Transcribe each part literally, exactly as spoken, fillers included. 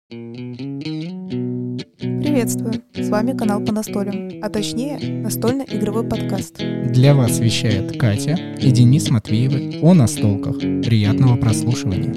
Приветствую! С вами канал по настолям, а точнее настольно-игровой подкаст. Для вас вещает Катя и Денис Матвеевы о настолках. Приятного прослушивания.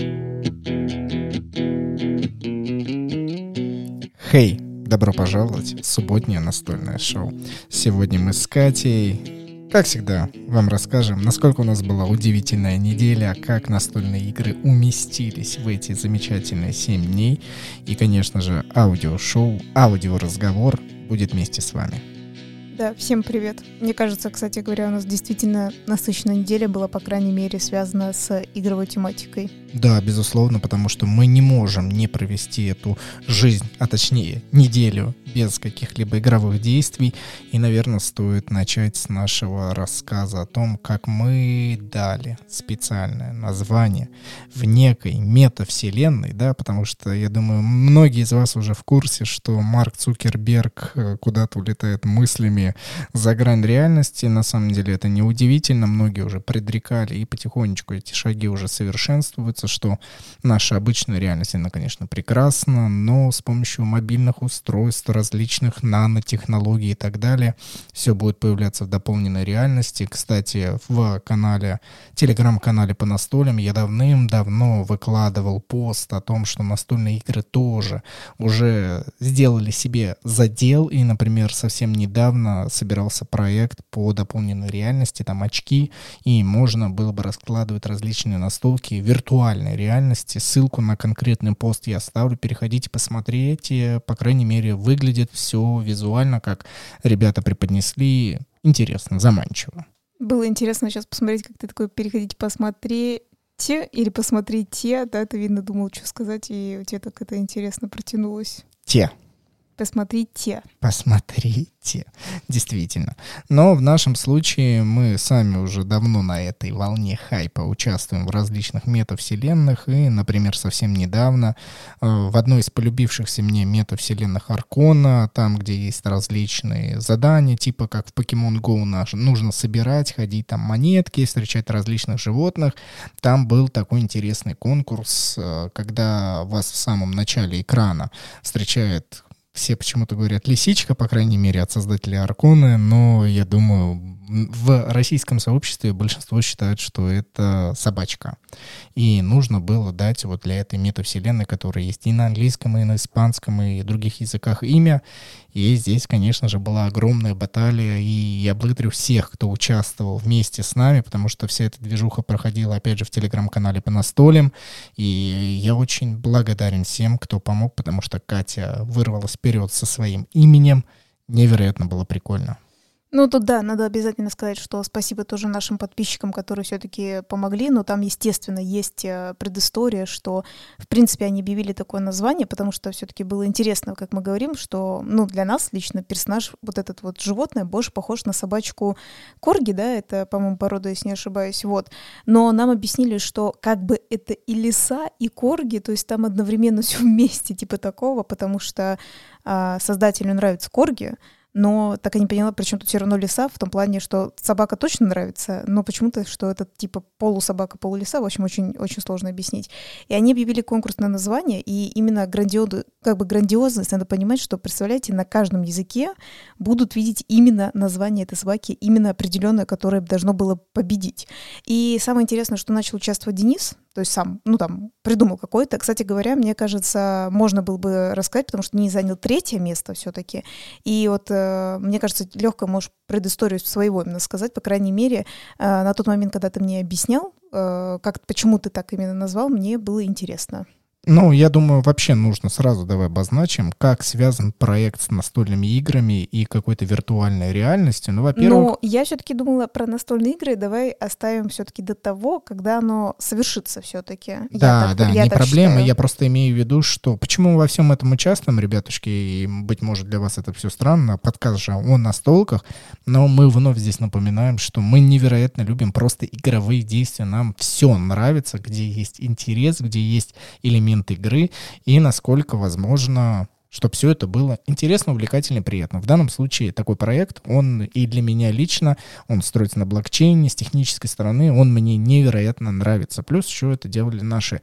Хей! Добро пожаловать в субботнее настольное шоу. Сегодня мы с Катей, как всегда, вам расскажем, насколько у нас была удивительная неделя, как настольные игры уместились в эти замечательные семь дней. И, конечно же, аудиошоу, аудиоразговор будет вместе с вами. Да, всем привет. Мне кажется, кстати говоря, у нас действительно насыщенная неделя была, по крайней мере, связана с игровой тематикой. Да, безусловно, потому что мы не можем не провести эту жизнь, а точнее неделю без каких-либо игровых действий. И, наверное, стоит начать с нашего рассказа о том, как мы дали специальное название в некой метавселенной, да, потому что, я думаю, многие из вас уже в курсе, что Марк Цукерберг куда-то улетает мыслями за грань реальности. На самом деле это не удивительно, многие уже предрекали, и потихонечку эти шаги уже совершенствуются, что наша обычная реальность, она, конечно, прекрасна, но с помощью мобильных устройств, различных нанотехнологий и так далее, все будет появляться в дополненной реальности. Кстати, в канале, телеграм-канале по настолям я давным-давно выкладывал пост о том, что настольные игры тоже уже сделали себе задел, и, например, совсем недавно собирался проект по дополненной реальности, там очки, и можно было бы раскладывать различные настолки виртуальной реальности. Ссылку на конкретный пост я оставлю, переходите, посмотрите, по крайней мере, выглядит все визуально, как ребята преподнесли, интересно, заманчиво. Было интересно сейчас посмотреть, как ты такой переходите, посмотреть или посмотрите, да, ты, видно, думал, что сказать, и у тебя так это интересно протянулось. Те. Посмотрите. Посмотрите. Действительно. Но в нашем случае мы сами уже давно на этой волне хайпа участвуем в различных метавселенных. И, например, совсем недавно э, в одной из полюбившихся мне метавселенных Аркона, там, где есть различные задания, типа как в Pokemon Go наш, нужно собирать, ходить там монетки, встречать различных животных. Там был такой интересный конкурс, э, когда вас в самом начале экрана встречает... Все почему-то говорят лисичка, по крайней мере, от создателей Арконы, но я думаю, в российском сообществе большинство считают, что это собачка. И нужно было дать вот для этой метавселенной, которая есть и на английском, и на испанском, и других языках, имя. И здесь, конечно же, была огромная баталия, и я благодарю всех, кто участвовал вместе с нами, потому что вся эта движуха проходила, опять же, в телеграм-канале по настолям, и я очень благодарен всем, кто помог, потому что Катя вырвалась вперед со своим именем. Невероятно было прикольно. Ну, тут да, надо обязательно сказать, что спасибо тоже нашим подписчикам, которые все-таки помогли, но там, естественно, есть предыстория, что, в принципе, они объявили такое название, потому что все-таки было интересно, как мы говорим, что, ну, для нас лично персонаж, вот этот вот животное, больше похож на собачку корги, да, это, по-моему, порода, если не ошибаюсь, вот. Но нам объяснили, что как бы это и лиса, и корги, то есть там одновременно все вместе, типа такого, потому что а, создателю нравятся корги, но так и не поняла, причем тут все равно лиса, в том плане, что собака точно нравится, но почему-то, что это типа полусобака, полулиса, в общем, очень, очень сложно объяснить. И они объявили конкурс на название, и именно грандиоз, как бы грандиозность, надо понимать, что, представляете, на каждом языке будут видеть именно название этой собаки, именно определенное, которое должно было победить. И самое интересное, что начал участвовать Денис, то есть сам, ну там, придумал какой-то. Кстати говоря, мне кажется, можно было бы рассказать, потому что Денис занял третье место все-таки. И вот, э, мне кажется, легко можешь предысторию своего именно сказать, по крайней мере, э, на тот момент, когда ты мне объяснял, э, как, почему ты так именно назвал, мне было интересно. Ну, я думаю, вообще нужно сразу давай обозначим, как связан проект с настольными играми и какой-то виртуальной реальностью. Ну, во-первых... Но я все-таки думала про настольные игры, давай оставим все-таки до того, когда оно совершится все-таки. Да, так, да, не проблема. Считаю. Я просто имею в виду, что почему мы во всем этом участвуем, ребятушки, и, быть может, для вас это все странно, подкаст же о настолках, но мы вновь здесь напоминаем, что мы невероятно любим просто игровые действия, нам все нравится, где есть интерес, где есть элемент игры, и насколько возможно чтобы все это было интересно, увлекательно и приятно. В данном случае такой проект, он и для меня лично, он строится на блокчейне, с технической стороны, он мне невероятно нравится. Плюс еще это делали наши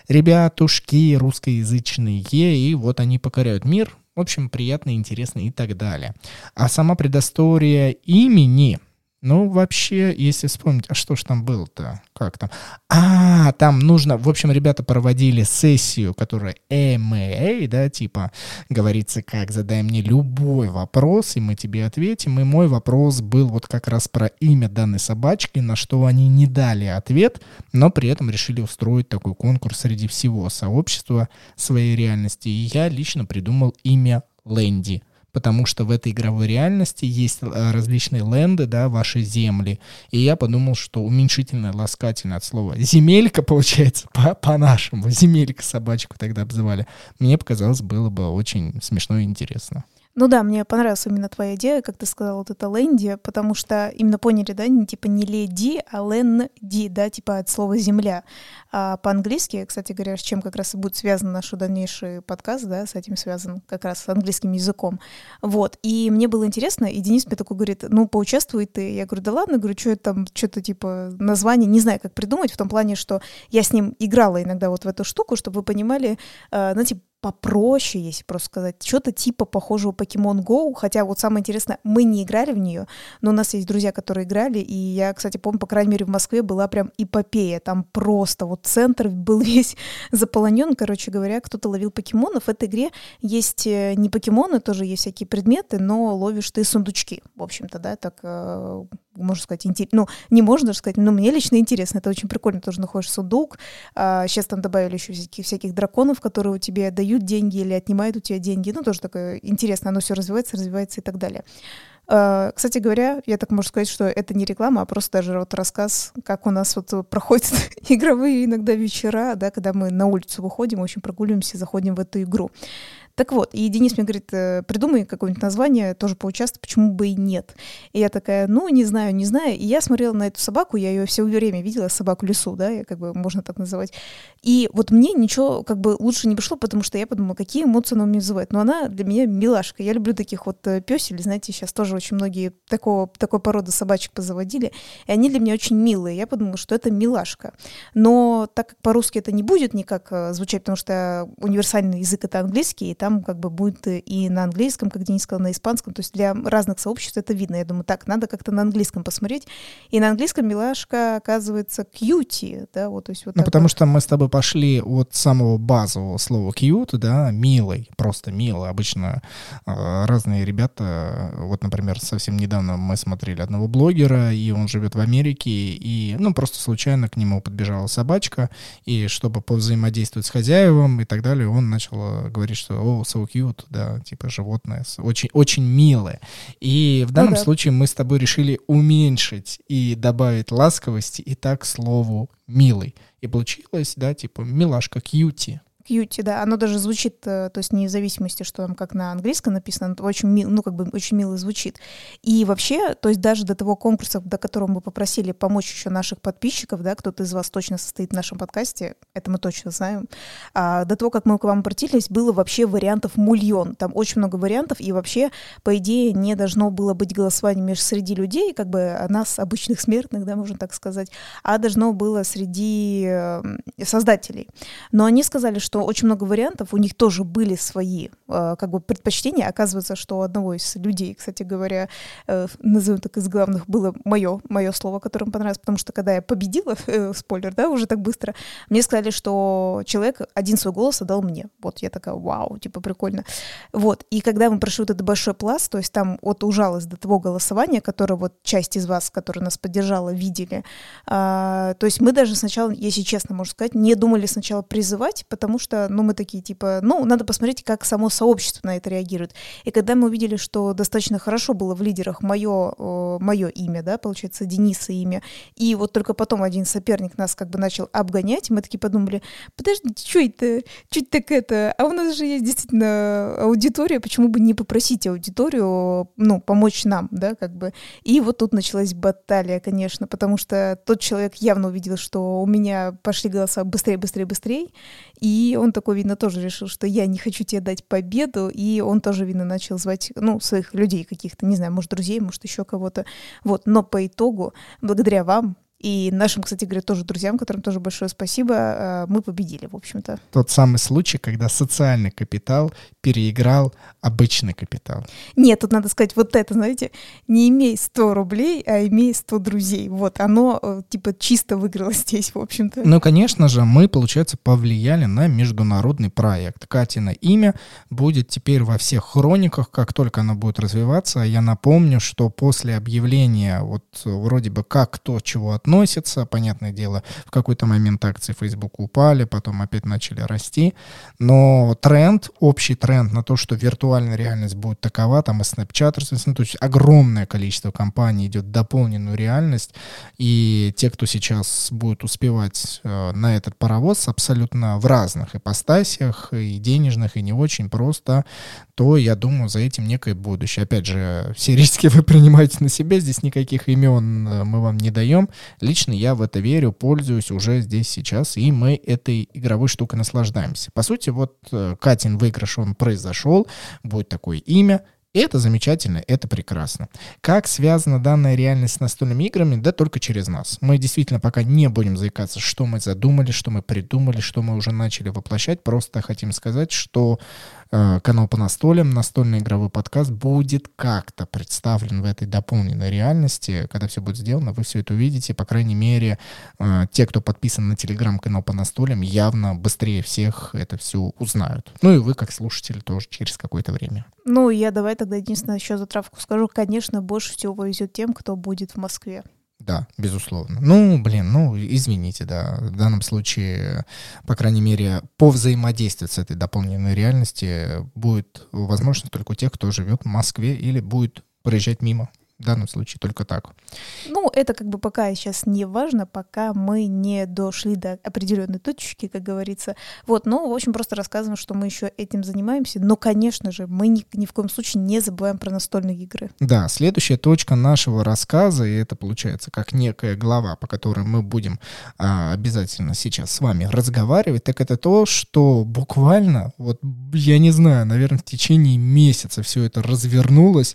ребятушки русскоязычные, и вот они покоряют мир. В общем, приятно, интересно и так далее. А сама предыстория имени... Ну, вообще, если вспомнить, а что ж там было-то? Как там? А, там нужно... В общем, ребята проводили сессию, которая эм эй эй, да, типа, говорится, как, задай мне любой вопрос, и мы тебе ответим. И мой вопрос был вот как раз про имя данной собачки, на что они не дали ответ, но при этом решили устроить такой конкурс среди всего сообщества своей реальности. И я лично придумал имя Лэнди. Потому что в этой игровой реальности есть различные ленды, да, ваши земли. И я подумал, что уменьшительное, ласкательное от слова «земелька», получается, по- по-нашему, «земелька» собачку тогда обзывали, мне показалось, было бы очень смешно и интересно. Ну да, мне понравилась именно твоя идея, как ты сказала, вот это Лэнди, потому что именно поняли, да, не типа не леди, а Лэнди, да, типа от слова земля. А по-английски, кстати говоря, с чем как раз и будет связан наш дальнейший подкаст, да, с этим связан как раз с английским языком. Вот, и мне было интересно, и Денис мне такой говорит, ну, поучаствуй ты. Я говорю, да ладно, говорю, что это там, что-то типа название, не знаю, как придумать, в том плане, что я с ним играла иногда вот в эту штуку, чтобы вы понимали, э, ну, типа, попроще, если просто сказать, что-то типа похожего Pokemon Go, хотя вот самое интересное, мы не играли в нее, но у нас есть друзья, которые играли, и я, кстати, помню, по крайней мере, в Москве была прям эпопея, там просто вот центр был весь заполонен, короче говоря, кто-то ловил покемонов. В этой игре есть не покемоны, тоже есть всякие предметы, но ловишь ты сундучки, в общем-то, да, так... можно сказать, интерес... ну, не можно сказать, но мне лично интересно, это очень прикольно, тоже находишь сундук, а, сейчас там добавили еще всяких, всяких драконов, которые у тебя дают деньги или отнимают у тебя деньги, ну, тоже такое интересно, оно все развивается, развивается и так далее. А, кстати говоря, я так могу сказать, что это не реклама, а просто даже вот рассказ, как у нас вот проходят игровые иногда вечера, да, когда мы на улицу выходим, в общем, прогуливаемся, заходим в эту игру. Так вот, и Денис мне говорит, придумай какое-нибудь название, тоже поучаствуй, почему бы и нет. И я такая, ну, не знаю, не знаю. И я смотрела на эту собаку, я ее все время видела, собаку лесу, да, я, как бы можно так называть. И вот мне ничего как бы лучше не пришло, потому что я подумала, какие эмоции она мне вызывает. Но она для меня милашка. Я люблю таких вот пёселей, знаете, сейчас тоже очень многие такого, такой породы собачек позаводили, и они для меня очень милые. Я подумала, что это милашка. Но так как по-русски это не будет никак звучать, потому что универсальный язык — это английский, и там Там как бы будет и на английском, как Денис сказал, на испанском. То есть для разных сообществ это видно. Я думаю, так, надо как-то на английском посмотреть. И на английском милашка оказывается кьюти, да, вот, то есть вот Ну, потому вот. что мы с тобой пошли от самого базового слова cute, да, милый, просто милый. Обычно э, разные ребята, вот, например, совсем недавно мы смотрели одного блогера, и он живет в Америке, и, ну, просто случайно к нему подбежала собачка, и чтобы повзаимодействовать с хозяевом и так далее, он начал говорить, что о, so cute, да, типа животное, очень, очень милое. И в данном Ну, да. случае мы с тобой решили уменьшить и добавить ласковости и так к слову милый. И получилось, да, типа милашка, кьюти. Кьюти, да, оно даже звучит, то есть вне зависимости, что там как на английском написано, оно очень мило, ну, как бы очень мило звучит. И вообще, то есть даже до того конкурса, до которого мы попросили помочь еще наших подписчиков, да, кто-то из вас точно состоит в нашем подкасте, это мы точно знаем, а до того, как мы к вам обратились, было вообще вариантов мульон, там очень много вариантов, и вообще, по идее, не должно было быть голосование между среди людей, как бы нас, обычных смертных, да, можно так сказать, а должно было среди создателей. Но они сказали, что очень много вариантов, у них тоже были свои э, как бы предпочтения. Оказывается, что у одного из людей, кстати говоря, э, назовем так, из главных, было мое, мое слово, которое мне понравилось, потому что когда я победила, э, спойлер, да, уже так быстро, мне сказали, что человек один свой голос отдал мне. Вот, я такая, вау, типа прикольно. Вот, и когда мы прошли вот этот большой пласт, то есть там от ужалось до того голосования, которое вот часть из вас, которая нас поддержала, видели, э, то есть мы даже сначала, если честно, можно сказать, не думали сначала призывать, потому что что, ну, мы такие, типа, ну, надо посмотреть, как само сообщество на это реагирует. И когда мы увидели, что достаточно хорошо было в лидерах мое, э, мое имя, да, получается, Дениса имя, и вот только потом один соперник нас как бы начал обгонять, мы такие подумали, подождите, что это, что это так это, а у нас же есть действительно аудитория, почему бы не попросить аудиторию, ну, помочь нам, да, как бы. И вот тут началась баталия, конечно, потому что тот человек явно увидел, что у меня пошли голоса быстрее, быстрее, быстрее, и он такой, видно, тоже решил, что я не хочу тебе дать победу, обеду, и он тоже, видно, начал звать, ну, своих людей каких-то, не знаю, может, друзей, может, еще кого-то. Вот, но по итогу, благодаря вам, и нашим, кстати говоря, тоже друзьям, которым тоже большое спасибо, мы победили, в общем-то. Тот самый случай, когда социальный капитал переиграл обычный капитал. Нет, тут надо сказать вот это, знаете, не имей сто рублей, а имей сто друзей. Вот, оно типа чисто выиграло здесь, в общем-то. Ну, конечно же, мы, получается, повлияли на международный проект. Катина имя будет теперь во всех хрониках, как только оно будет развиваться. Я напомню, что после объявления вот вроде бы как кто чего относится, относится. Понятное дело, в какой-то момент акции Facebook упали, потом опять начали расти. Но тренд, общий тренд на то, что виртуальная реальность будет такова, там и Snapchat, ну, то есть огромное количество компаний идет в дополненную реальность. И те, кто сейчас будет успевать э, на этот паровоз абсолютно в разных ипостасях, и денежных, и не очень просто, то, я думаю, за этим некое будущее. Опять же, все риски вы принимаете на себя, здесь никаких имен мы вам не даем. Лично я в это верю, пользуюсь уже здесь сейчас, и мы этой игровой штукой наслаждаемся. По сути, вот Катин выигрыш, он произошел, будет такое имя. Это замечательно, это прекрасно. Как связана данная реальность с настольными играми? Да только через нас. Мы действительно пока не будем заикаться, что мы задумали, что мы придумали, что мы уже начали воплощать. Просто хотим сказать, что э, канал по настолям, настольный игровой подкаст будет как-то представлен в этой дополненной реальности. Когда все будет сделано, вы все это увидите. По крайней мере, э, те, кто подписан на телеграм-канал по настолям, явно быстрее всех это все узнают. Ну и вы, как слушатели, тоже через какое-то время. Ну, я давай тогда единственное еще затравку скажу. Конечно, больше всего повезет тем, кто будет в Москве. Да, безусловно. Ну, блин, ну, извините, да. В данном случае, по крайней мере, по взаимодействию с этой дополненной реальностью будет возможно только у тех, кто живет в Москве или будет проезжать мимо. В данном случае только так. Ну, это как бы пока сейчас не важно, пока мы не дошли до определенной точки, как говорится. Вот, но, в общем, просто рассказываем, что мы еще этим занимаемся. Но, конечно же, мы ни, ни в коем случае не забываем про настольные игры. Да, следующая точка нашего рассказа, и это получается как некая глава, по которой мы будем а, обязательно сейчас с вами разговаривать, так это то, что буквально, вот я не знаю, наверное, в течение месяца все это развернулось.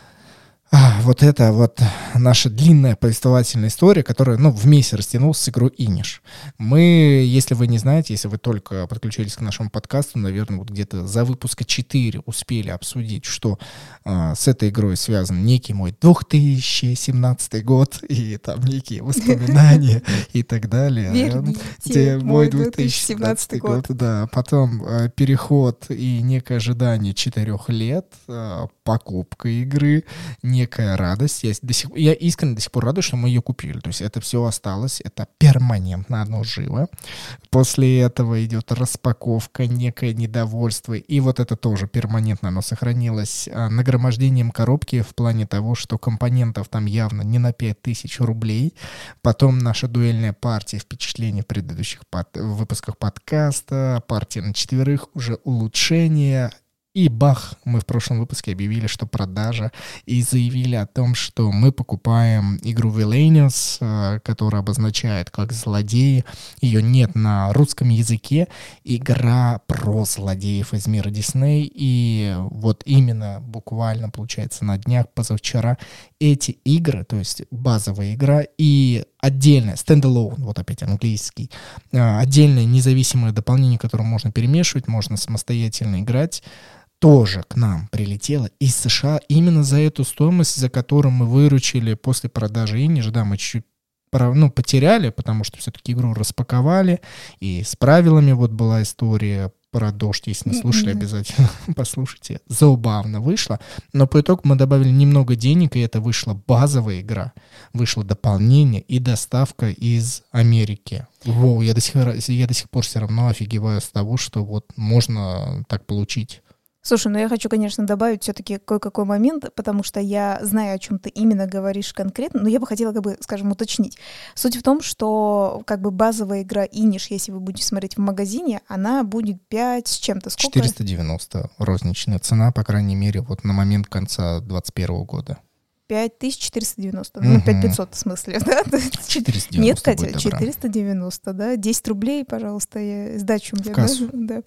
А, вот это вот наша длинная повествовательная история, которая, ну, вместе растянулась с игрой Иниш. Мы, если вы не знаете, если вы только подключились к нашему подкасту, наверное, вот где-то за выпуска четыре успели обсудить, что а, с этой игрой связан некий мой две тысячи семнадцатый год и там некие воспоминания и так далее. Верните мой две тысячи семнадцатый год. Да, потом переход и некое ожидание четырех лет, покупка игры, некая радость. Я, до сих, я искренне до сих пор радуюсь, что мы ее купили. То есть это все осталось, это перманентно, оно живо. После этого идет распаковка, некое недовольство. И вот это тоже перманентно оно сохранилось нагромождением коробки в плане того, что компонентов там явно не на пять тысяч рублей. Потом наша дуэльная партия впечатлений в предыдущих под, в выпусках подкаста, партия на четверых, уже улучшение. И бах, мы в прошлом выпуске объявили, что продажа, и заявили о том, что мы покупаем игру Villainous, которая обозначает как злодеи. Ее нет на русском языке. Игра про злодеев из мира Дисней. И вот именно буквально, получается, на днях, позавчера, эти игры, то есть базовая игра и отдельное, стендалон, вот опять английский, отдельное независимое дополнение, которое можно перемешивать, можно самостоятельно играть, тоже к нам прилетело из США именно за эту стоимость, за которую мы выручили после продажи Иниш. Да, мы чуть-чуть ну, потеряли, потому что все-таки игру распаковали, и с правилами вот была история про дождь, если не слушали, обязательно послушайте. Забавно вышло, но по итогу мы добавили немного денег, и это вышла базовая игра, вышло дополнение и доставка из Америки. Воу, я до сих, я до сих пор все равно офигеваю с того, что вот можно так получить. Слушай, ну я хочу, конечно, добавить все-таки кое-какой момент, потому что я знаю, о чем ты именно говоришь конкретно, но я бы хотела, как бы, скажем, уточнить. Суть в том, что как бы базовая игра Иниш, если вы будете смотреть в магазине, она будет пять с чем-то. Сколько? четыреста девяносто розничная цена, по крайней мере, вот на момент конца двадцать первого года. пять тысяч четыреста девяносто, ну, пять тысяч пятьсот в смысле, да? четыреста девяносто. Нет, Катя, четыреста девяносто, да, десять рублей, пожалуйста, я сдачу мне, да? Да.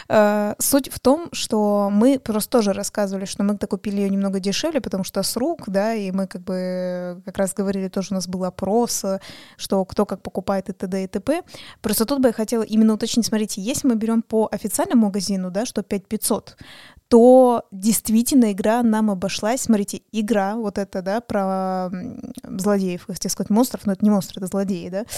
А, суть в том, что мы просто тоже рассказывали, что мы-то купили ее немного дешевле, потому что с рук, да, и мы как бы как раз говорили, тоже у нас был опрос, что кто как покупает и т.д. и т.п. Просто тут бы я хотела именно уточнить, смотрите, если мы берем по официальному магазину, да, что пять тысяч пятьсот, то действительно игра нам обошлась. Смотрите, игра вот эта, да, про злодеев, хотел сказать монстров, но это не монстры, это злодеи, да,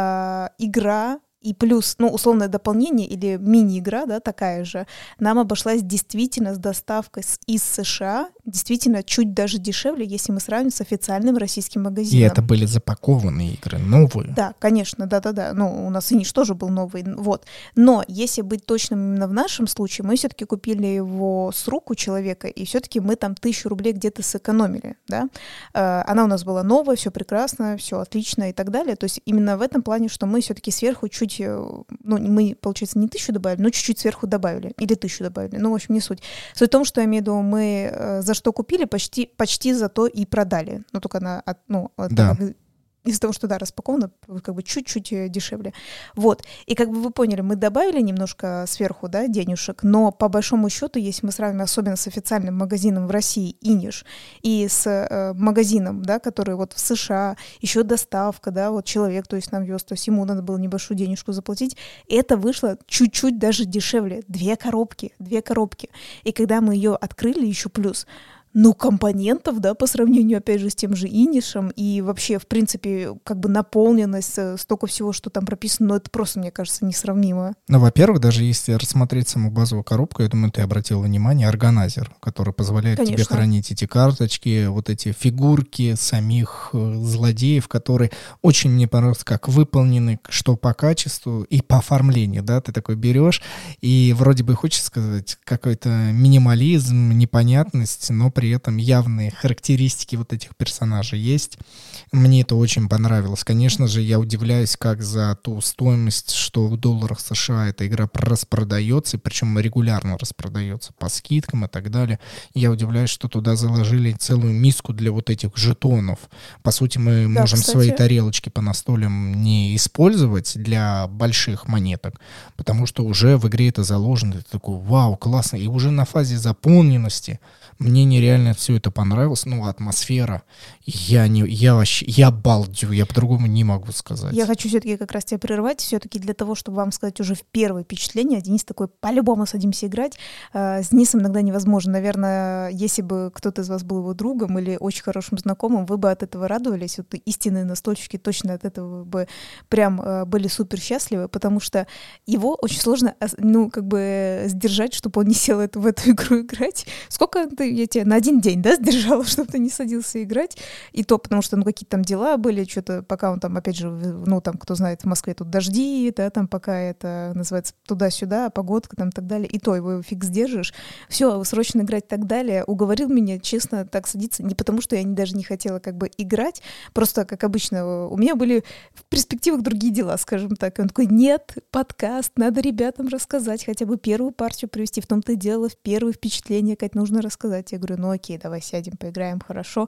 а, игра и плюс, ну, условное дополнение или мини-игра, да, такая же, нам обошлась действительно с доставкой с, из США, действительно чуть даже дешевле, если мы сравним с официальным российским магазином. И это были запакованные игры, новые. Да, конечно, да-да-да. Ну, у нас Иниш тоже был новый, вот. Но если быть точным именно в нашем случае, мы все-таки купили его с рук у человека, и все-таки мы там тысячу рублей где-то сэкономили, да. Она у нас была новая, все прекрасно, все отлично и так далее. То есть именно в этом плане, что мы все-таки сверху чуть, ну, мы, получается, не тысячу добавили, но чуть-чуть сверху добавили, или тысячу добавили. Ну, в общем, не суть. Суть в том, что я имею в виду, мы за что купили, почти, почти за то и продали. Ну, только на, ну, да. из-за того, что, да, распаковано, как бы чуть-чуть дешевле. Вот. И как бы вы поняли, мы добавили немножко сверху, да, денежек, но по большому счету, если мы сравним особенно с официальным магазином в России Иниш и с э, магазином, да, который вот в США, еще доставка, да, вот человек, то есть нам вез, то есть ему надо было небольшую денежку заплатить, это вышло чуть-чуть даже дешевле. Две коробки, две коробки. И когда мы ее открыли, еще плюс, ну, компонентов, да, по сравнению, опять же, с тем же Инишем, и вообще, в принципе, как бы наполненность, столько всего, что там прописано, но это просто, мне кажется, несравнимо. Ну, во-первых, даже если рассмотреть саму базовую коробку, я думаю, ты обратил внимание, органайзер, который позволяет Конечно. тебе хранить эти карточки, вот эти фигурки самих злодеев, которые очень мне понравилось, как выполнены, что по качеству и по оформлению, да, ты такой берешь, и вроде бы хочется сказать, какой-то минимализм, непонятность, но при этом явные характеристики вот этих персонажей есть. Мне это очень понравилось. Конечно же, я удивляюсь, как за ту стоимость, что в долларах США эта игра распродается, причем регулярно распродается по скидкам и так далее. Я удивляюсь, что туда заложили целую миску для вот этих жетонов. По сути, мы да, можем кстати... свои тарелочки по настолям не использовать для больших монеток, потому что уже в игре это заложено. Ты такой, вау, классно. И уже на фазе заполненности мне нереально все это понравилось. Ну, атмосфера. Я не, я вообще, я балдю, я по-другому не могу сказать. Я хочу все-таки как раз тебя прервать, все-таки для того, чтобы вам сказать уже в первое впечатление. Денис такой, по-любому садимся играть. С Денисом иногда невозможно. Наверное, если бы кто-то из вас был его другом или очень хорошим знакомым, вы бы от этого радовались. Вот истинные настольщики точно от этого бы прям были супер счастливы, потому что его очень сложно, ну, как бы сдержать, чтобы он не сел в эту игру играть. Сколько ты, я тебя на один день, да, сдержала, чтобы ты не садился играть. И то, потому что, ну, какие-то там дела были, что-то, пока он там, опять же, ну, там, кто знает, в Москве тут дожди, да, там, пока это называется туда-сюда, погодка там и так далее, и то его фиг сдержишь. Все, срочно играть и так далее. Уговорил меня, честно, так садиться, не потому что я не, даже не хотела как бы играть, просто, как обычно, у меня были в перспективах другие дела, скажем так. И он такой, нет, подкаст, надо ребятам рассказать, хотя бы первую партию привести, в том-то и дело, в первые впечатления, Кать, нужно рассказать. Я говорю, ну окей, давай сядем, поиграем, хорошо.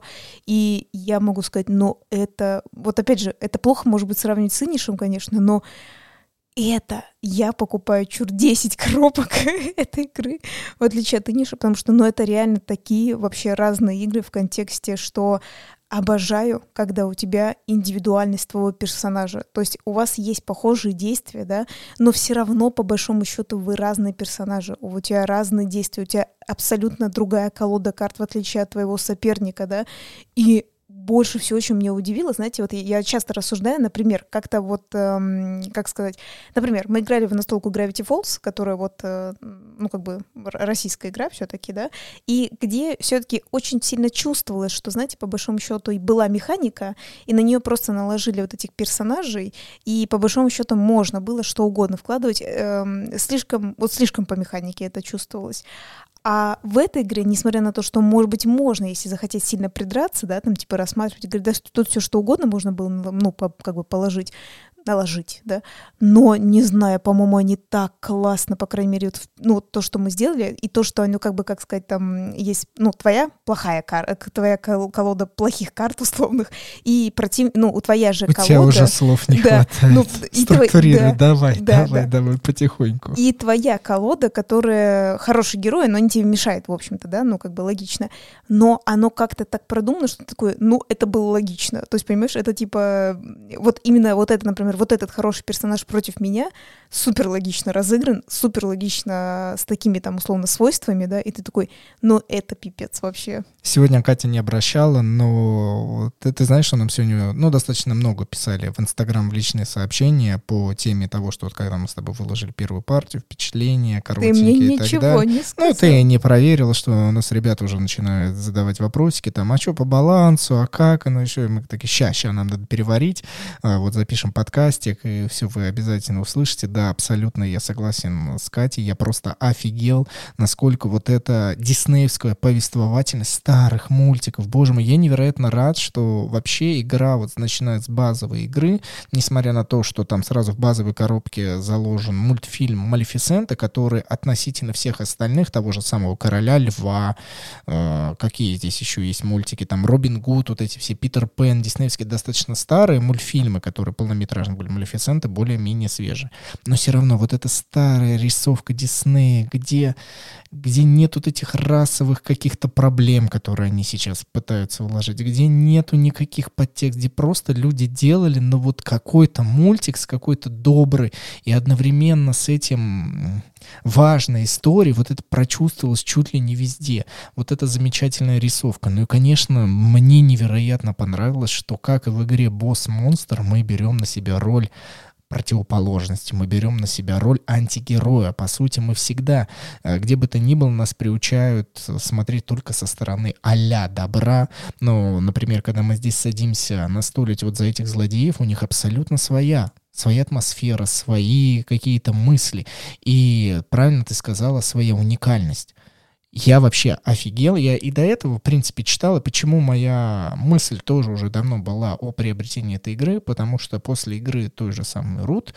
И я могу сказать, ну это, вот опять же, это плохо, может быть, сравнивать с Инишем, конечно, но это я покупаю чур десять коробок этой игры, в отличие от Иниша, потому что, ну, это реально такие вообще разные игры в контексте, что обожаю, когда у тебя индивидуальность твоего персонажа. То есть у вас есть похожие действия, да, но все равно, по большому счету, вы разные персонажи. У тебя разные действия, у тебя абсолютно другая колода карт, в отличие от твоего соперника, да, и больше всего, чем меня удивило, знаете, вот я часто рассуждаю, например, как-то вот, эм, как сказать, например, мы играли в настолку Gravity Falls, которая вот, э, ну, как бы российская игра все-таки, да, и где все-таки очень сильно чувствовалось, что, знаете, по большому счету и была механика, и на нее просто наложили вот этих персонажей, и по большому счету можно было что угодно вкладывать, эм, слишком, вот слишком по механике это чувствовалось. А в этой игре, несмотря на то, что, может быть, можно, если захотеть сильно придраться, да, там, типа, рассматривать, говорить, да, тут все что угодно можно было, ну, по, как бы положить, наложить, да, но, не знаю, по-моему, они так классно, по крайней мере, вот, ну, вот то, что мы сделали, и то, что, ну, как бы, как сказать, там есть, ну, твоя плохая карта, твоя колода плохих карт условных, и против, ну, у твоя же у колода... У тебя уже слов не да, хватает. Ну, Структурируй, да, давай, да, давай, да. давай, потихоньку. И твоя колода, которая хороший герой, но не тебе мешает, в общем-то, да, ну, как бы логично, но оно как-то так продумано, что такое, ну, это было логично, то есть, понимаешь, это типа, вот именно вот это, например, вот этот хороший персонаж против меня супер логично разыгран, супер логично с такими там условно свойствами, да, и ты такой, ну это пипец вообще. Сегодня Катя не обращала, но ты, ты знаешь, что нам сегодня, ну, достаточно много писали в Инстаграм в личные сообщения по теме того, что вот когда мы с тобой выложили первую партию, впечатления, коротенькие ты мне и так ничего далее. Не сказал. Ну, ты не проверила, что у нас ребята уже начинают задавать вопросики, там, а что по балансу, а как оно еще, и мы такие, ща, ща, нам надо переварить, а, вот запишем подкастик, и все вы обязательно услышите. Да, абсолютно я согласен с Катей, я просто офигел, насколько вот эта диснеевская повествовательность старых мультиков, боже мой, я невероятно рад, что вообще игра вот начинает с базовой игры, несмотря на то, что там сразу в базовой коробке заложен мультфильм «Малефисента», который относительно всех остальных, того же самого «Короля Льва», э, какие здесь еще есть мультики, там «Робин Гуд», вот эти все «Питер Пен», диснеевские достаточно старые мультфильмы, которые полнометражные были, «Малефисента» более-менее свежие. Но все равно вот эта старая рисовка Диснея, где, где нет вот этих расовых каких-то проблем, которые они сейчас пытаются вложить, где нету никаких подтекстов, где просто люди делали, ну вот какой-то мультик с какой-то доброй и одновременно с этим важной историей, вот это прочувствовалось чуть ли не везде. Вот эта замечательная рисовка. Ну и, конечно, мне невероятно понравилось, что, как и в игре «Босс-монстр», мы берем на себя роль противоположности, мы берем на себя роль антигероя. По сути, мы всегда, где бы то ни было, нас приучают смотреть только со стороны а-ля добра. Ну, например, когда мы здесь садимся настолить вот за этих злодеев, у них абсолютно своя своя атмосфера, свои какие-то мысли. И правильно ты сказала, своя уникальность. Я вообще офигел, я и до этого, в принципе, читал, и почему моя мысль тоже уже давно была о приобретении этой игры, потому что после игры той же самой Root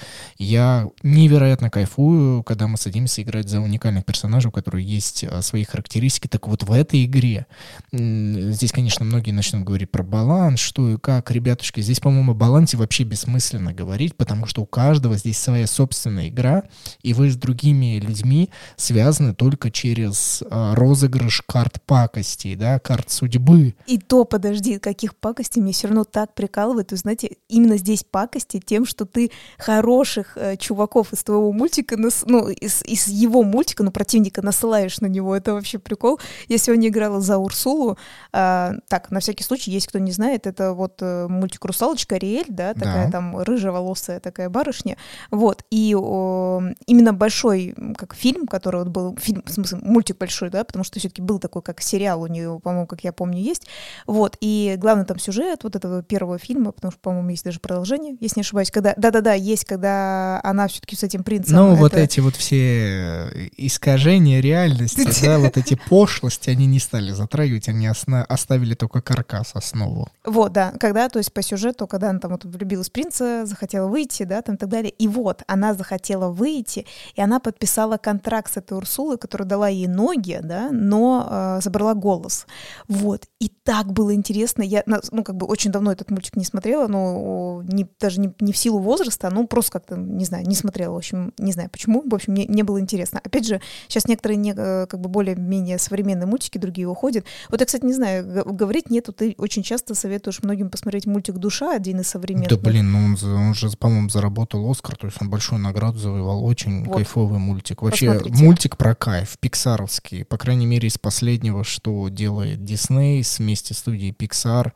я невероятно кайфую, когда мы садимся играть за уникальных персонажей, у которых есть свои характеристики. Так вот, в этой игре, здесь, конечно, многие начнут говорить про баланс, что и как, ребятушки, здесь, по-моему, о балансе вообще бессмысленно говорить, потому что у каждого здесь своя собственная игра, и вы с другими людьми связаны только через розыгрыш карт пакостей, да, карт судьбы. И то, подожди, каких пакостей мне все равно так прикалывает. Вы знаете, именно здесь пакости тем, что ты хороших э, чуваков из твоего мультика, нас, ну, из, из его мультика, ну, противника насылаешь на него. Это вообще прикол. Я сегодня играла за Урсулу. Э, так, на всякий случай, есть кто не знает, это вот э, мультик «Русалочка», Ариэль, да, такая да. там рыжеволосая такая барышня. Вот, и о, именно большой, как фильм, который вот был, фильм, в смысле, мультик большой, да, потому что все-таки был такой, как сериал у нее, по-моему, как я помню, есть. Вот, и главный там сюжет вот этого первого фильма, потому что, по-моему, есть даже продолжение, если не ошибаюсь, когда, да-да-да, есть, когда она все-таки с этим принцем... Ну, это... вот эти вот все искажения реальности, да, вот эти пошлости, они не стали затрагивать, они оставили только каркас, основу. Вот, да, когда, то есть по сюжету, когда она там вот влюбилась в принца, захотела выйти, да, там и так далее, и вот, она захотела выйти, и она подписала контракт с этой Урсулой, которая дала ей ноги, да, но э, забрала голос. Вот. И так было интересно. Я, ну, как бы очень давно этот мультик не смотрела, но не, даже не, не в силу возраста, ну, просто как-то, не знаю, не смотрела. В общем, не знаю почему. В общем, мне, мне было интересно. Опять же, сейчас некоторые не, как бы более-менее современные мультики, другие уходят. Вот я, кстати, не знаю, говорить нету. Ты очень часто советуешь многим посмотреть мультик «Душа», один из современных. Да, блин, ну он, он же, по-моему, заработал Оскар, то есть он большую награду завоевал. Очень вот. Кайфовый мультик. Вообще, посмотрите. Мультик про кайф, пиксаровский. По крайней мере, из последнего, что делает Disney вместе с студией Pixar.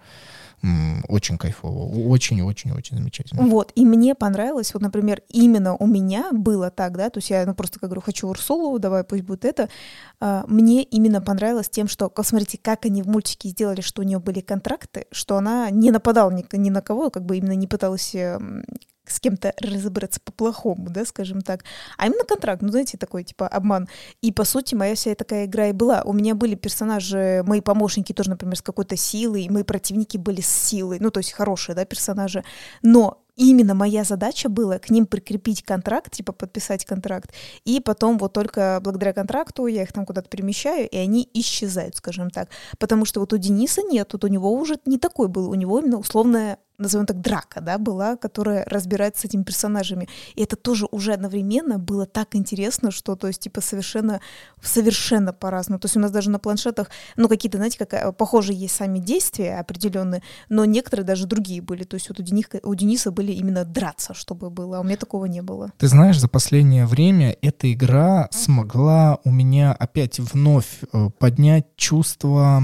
Очень кайфово, очень-очень-очень замечательно. Вот, и мне понравилось, вот, например, именно у меня было так, да, то есть я, ну, просто, как говорю, хочу Урсулу, давай пусть будет это. Мне именно понравилось тем, что, смотрите, как они в мультике сделали, что у нее были контракты, что она не нападала ни, ни на кого, как бы именно не пыталась с кем-то разобраться по-плохому, да, скажем так, а именно контракт, ну, знаете, такой, типа, обман. И, по сути, моя вся такая игра и была. У меня были персонажи, мои помощники тоже, например, с какой-то силой, мои противники были с силой, ну, то есть хорошие, да, персонажи, но именно моя задача была к ним прикрепить контракт, типа подписать контракт, и потом вот только благодаря контракту я их там куда-то перемещаю, и они исчезают, скажем так. Потому что вот у Дениса нет, тут у него уже не такой был, у него именно условная, назовем так, драка, да, была, которая разбирается с этими персонажами. И это тоже уже одновременно было так интересно, что, то есть, типа, совершенно, совершенно по-разному. То есть у нас даже на планшетах, ну, какие-то, знаете, как, похожие есть сами действия определенные, но некоторые даже другие были. То есть вот у Дениса, у Дениса были именно драться, чтобы было, а у меня такого не было. Ты знаешь, за последнее время эта игра смогла у меня опять вновь поднять чувство,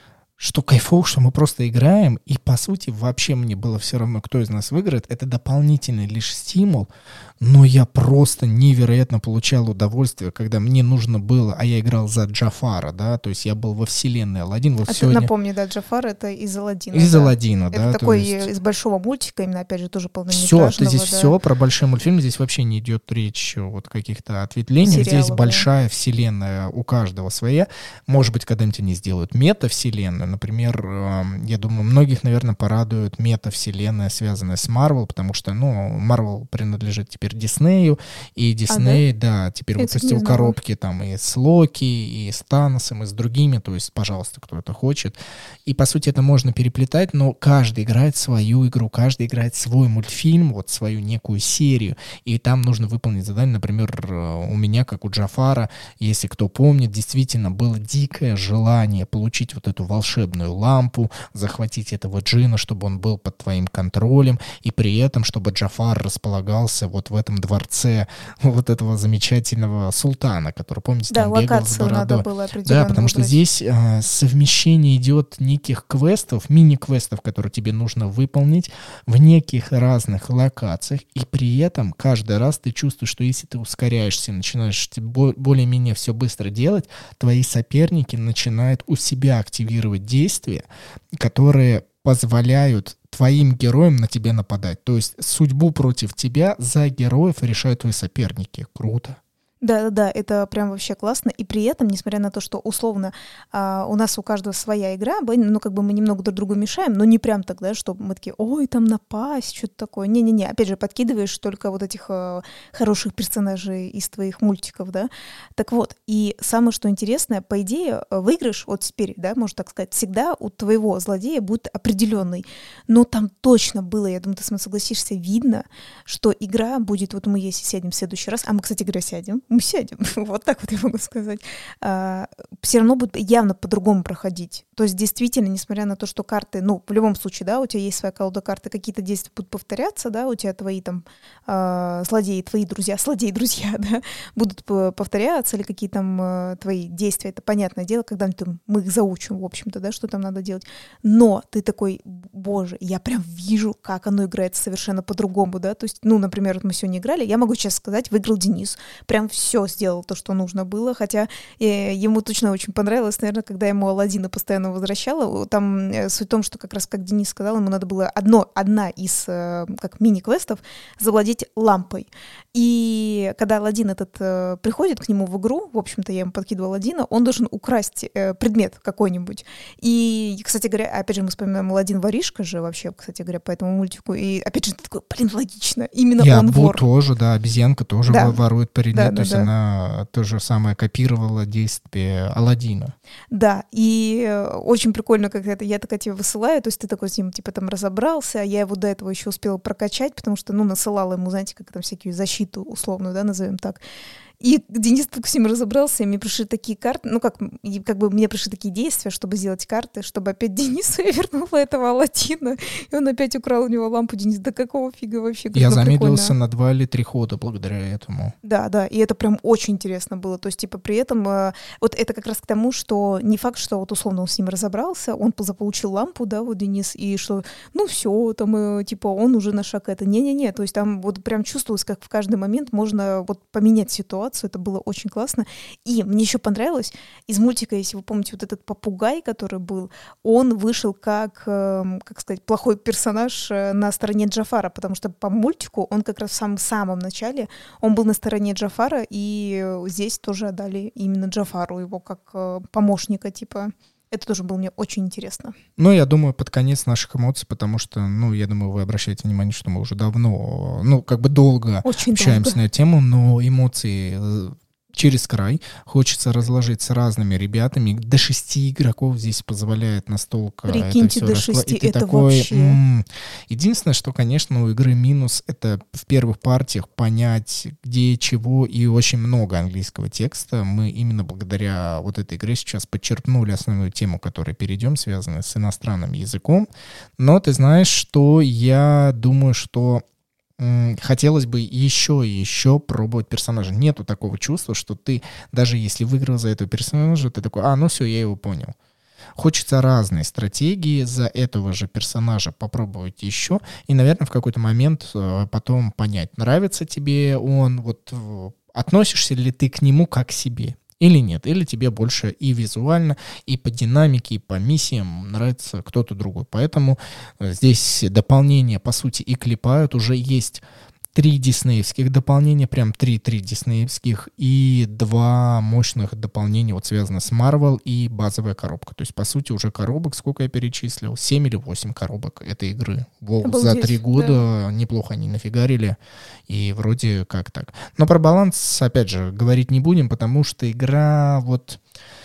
что кайфово, что мы просто играем, и, по сути, вообще мне было все равно, кто из нас выиграет. Это дополнительный лишь стимул, но я просто невероятно получал удовольствие, когда мне нужно было, а я играл за Джафара, да, то есть я был во вселенной Аладдин. Вот а сегодня... ты напомни, да, Джафар — это из Аладдина. Из да. Аладдина, да. Это такой есть... из большого мультика, именно, опять же, тоже полнометражного. Все, здесь да. все про большой мультфильм, здесь вообще не идет речь вот каких-то ответвлений. Здесь Сериалы, большая да. вселенная у каждого своя. Может быть, когда-нибудь они сделают мета-вселенную. Например, я думаю, многих, наверное, порадует мета-вселенная, связанная с Marvel, потому что, ну, Marvel принадлежит теперь Диснею, и Дисней, а, да? да, теперь это выпустил коробки там и с Локи, и с Таносом, и с другими, то есть, пожалуйста, кто это хочет. И, по сути, это можно переплетать, но каждый играет свою игру, каждый играет свой мультфильм, вот свою некую серию, и там нужно выполнить задание. Например, у меня, как у Джафара, если кто помнит, действительно было дикое желание получить вот эту волшебную лампу, захватить этого джина, чтобы он был под твоим контролем, и при этом, чтобы Джафар располагался вот в этом дворце вот этого замечательного султана, который, помните, да, там бегал с бородой. Надо было определенно да, потому выбрать. что здесь а, совмещение идет неких квестов, мини-квестов, которые тебе нужно выполнить в неких разных локациях, и при этом каждый раз ты чувствуешь, что если ты ускоряешься, начинаешь более-менее все быстро делать, твои соперники начинают у себя активировать действия, которые позволяют твоим героям на тебя нападать. То есть судьбу против тебя за героев решают твои соперники. Круто. Да-да-да, это прям вообще классно. И при этом, несмотря на то, что условно а, у нас у каждого своя игра, ну как бы мы немного друг другу мешаем, но не прям так, да, что мы такие, ой, там напасть, что-то такое. Не-не-не, опять же, подкидываешь только вот этих а, хороших персонажей из твоих мультиков, да. Так вот, и самое, что интересное, по идее, выигрыш вот теперь, да, можно так сказать, всегда у твоего злодея будет определенный. Но там точно было, я думаю, ты со мной согласишься, видно, что игра будет, вот мы если сядем в следующий раз, а мы, кстати говоря, сядем, мы сядем, вот так вот я могу сказать, а, все равно будет явно по-другому проходить. То есть действительно, несмотря на то, что карты, ну, в любом случае, да, у тебя есть своя колода карты, какие-то действия будут повторяться, да, у тебя твои там а, злодеи, твои друзья, злодеи-друзья, да, будут повторяться, или какие там а, твои действия, это понятное дело, когда-нибудь мы их заучим, в общем-то, да, что там надо делать. Но ты такой, боже, я прям вижу, как оно играется совершенно по-другому, да, то есть, ну, например, вот мы сегодня играли, я могу сейчас сказать, выиграл Денис, прям все сделал то, что нужно было, хотя э, ему точно очень понравилось, наверное, когда ему Аладдина постоянно возвращала. Там э, суть в том, что как раз, как Денис сказал, ему надо было одно, одна из э, как мини-квестов завладеть лампой. И когда Аладдин этот э, приходит к нему в игру, в общем-то, я ему подкидывала Аладдина, он должен украсть э, предмет какой-нибудь. И, кстати говоря, опять же, мы вспоминаем Аладдин воришка же вообще, кстати говоря, по этому мультику. И опять же, ты такой, блин, логично, именно и он Абу вор. тоже, да, обезьянка тоже да. ворует предмет, да, то да, есть да. она то же самое копировала действие Аладдина. Да, и очень прикольно, как это, я такая тебе высылаю, то есть ты такой с ним, типа, там разобрался, а я его до этого еще успела прокачать, потому что, ну, насылала ему, знаете, как там всякую защиту условную, да, назовем так. И Денис только с ним разобрался, и мне пришли такие карты, ну, как, как бы мне пришли такие действия, чтобы сделать карты, чтобы опять Денису я вернула этого Аладдина, и он опять украл у него лампу. Денис, да какого фига вообще? Я ну, замедлился прикольно. на два или три хода благодаря этому. Да, да, и это прям очень интересно было. То есть, типа, при этом э, вот это как раз к тому, что не факт, что вот условно он с ним разобрался, он заполучил лампу, да, вот Денис, и что, ну все, там, э, типа, он уже на шаг это. Не-не-не, то есть там вот прям чувствовалось, как в каждый момент можно вот поменять ситуацию, анимацию, это было очень классно. И мне еще понравилось, из мультика, если вы помните, вот этот попугай, который был, он вышел как, как сказать, плохой персонаж на стороне Джафара, потому что по мультику он как раз в самом-самом начале, он был на стороне Джафара, и здесь тоже отдали именно Джафару его как помощника, типа. Это тоже было мне очень интересно. Ну, я думаю, под конец наших эмоций, потому что, ну, я думаю, вы обращаете внимание, что мы уже давно, ну, как бы долго очень общаемся долго. на эту тему, но эмоции через край. Хочется разложить с разными ребятами. До шести игроков здесь позволяет настолько... Прикиньте, до шести, это такой, вообще... М-м. Единственное, что, конечно, у игры минус — это в первых партиях понять, где, чего, и очень много английского текста. Мы именно благодаря вот этой игре сейчас подчеркнули основную тему, к которой перейдем, связанную с иностранным языком. Но ты знаешь, что я думаю, что хотелось бы еще и еще пробовать персонажа. Нету такого чувства, что ты, даже если выиграл за этого персонажа, ты такой, а, ну все, я его понял. Хочется разные стратегии за этого же персонажа попробовать еще, и, наверное, в какой-то момент потом понять, нравится тебе он, вот относишься ли ты к нему как к себе. Или нет, или тебе больше и визуально, и по динамике, и по миссиям нравится кто-то другой. Поэтому здесь дополнения, по сути, и клепают. Уже есть три диснеевских дополнения, прям три-три диснеевских, и два мощных дополнения, вот связано с Marvel и базовая коробка. То есть, по сути, уже коробок, сколько я перечислил, семь или восемь коробок этой игры. Wow, за три года да. Неплохо они нафигарили, и вроде как так. Но про баланс, опять же, говорить не будем, потому что игра вот...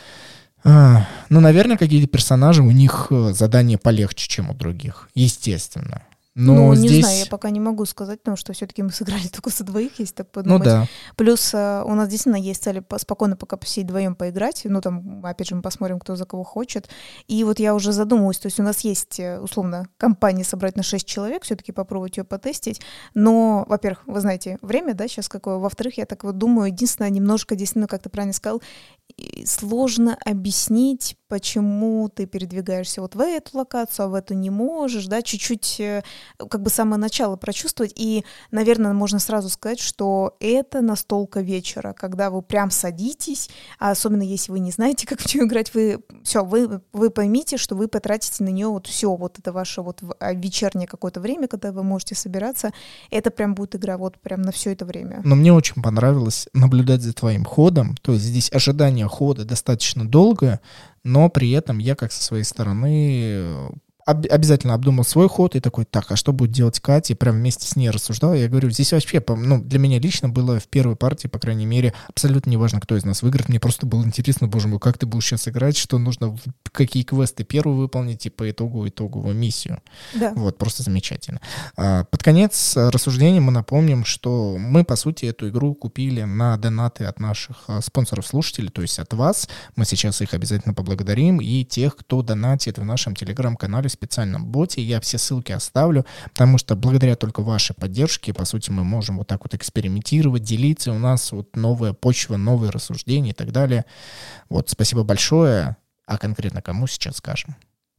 А, ну, наверное, какие-то персонажи, у них задания полегче, чем у других, естественно. Но ну, здесь... не знаю, я пока не могу сказать, потому что все-таки мы сыграли только со двоих, если так подумать. Ну да. Плюс uh, у нас действительно есть цель спокойно пока посидеть вдвоем поиграть. Ну, там, опять же, мы посмотрим, кто за кого хочет. И вот я уже задумалась, то есть у нас есть, условно, компания собрать на шесть человек, все-таки попробовать ее потестить. Но, во-первых, вы знаете, время, да, сейчас какое. Во-вторых, я так вот думаю, единственное, немножко, действительно, как ты правильно сказал, сложно объяснить, почему ты передвигаешься вот в эту локацию, а в эту не можешь, да, чуть-чуть как бы с самого начала прочувствовать. И, наверное, можно сразу сказать, что это настолка вечера, когда вы прям садитесь, а особенно если вы не знаете, как в нее играть, вы все, вы, вы поймите, что вы потратите на нее вот все, вот это ваше вот вечернее какое-то время, когда вы можете собираться, это прям будет игра вот прям на все это время. Но мне очень понравилось наблюдать за твоим ходом, то есть здесь ожидание хода достаточно долгое, но при этом я как со своей стороны об- обязательно обдумал свой ход и такой, так, а что будет делать Катя? И прям вместе с ней рассуждал. Я говорю, здесь вообще, ну, для меня лично было в первой партии, по крайней мере, абсолютно неважно, кто из нас выиграет. Мне просто было интересно, боже мой, как ты будешь сейчас играть, что нужно, какие квесты первые выполнить и по итогу итоговую миссию. Да. Вот, просто замечательно. А, под конец рассуждения мы напомним, что мы, по сути, эту игру купили на донаты от наших спонсоров-слушателей, то есть от вас. Мы сейчас их обязательно поблагодарим. И тех, кто донатит в нашем телеграм-канале, специальном боте. Я все ссылки оставлю, потому что благодаря только вашей поддержке, по сути, мы можем вот так вот экспериментировать, делиться. У нас вот новая почва, новые рассуждения и так далее. Вот, спасибо большое. А конкретно кому сейчас скажем?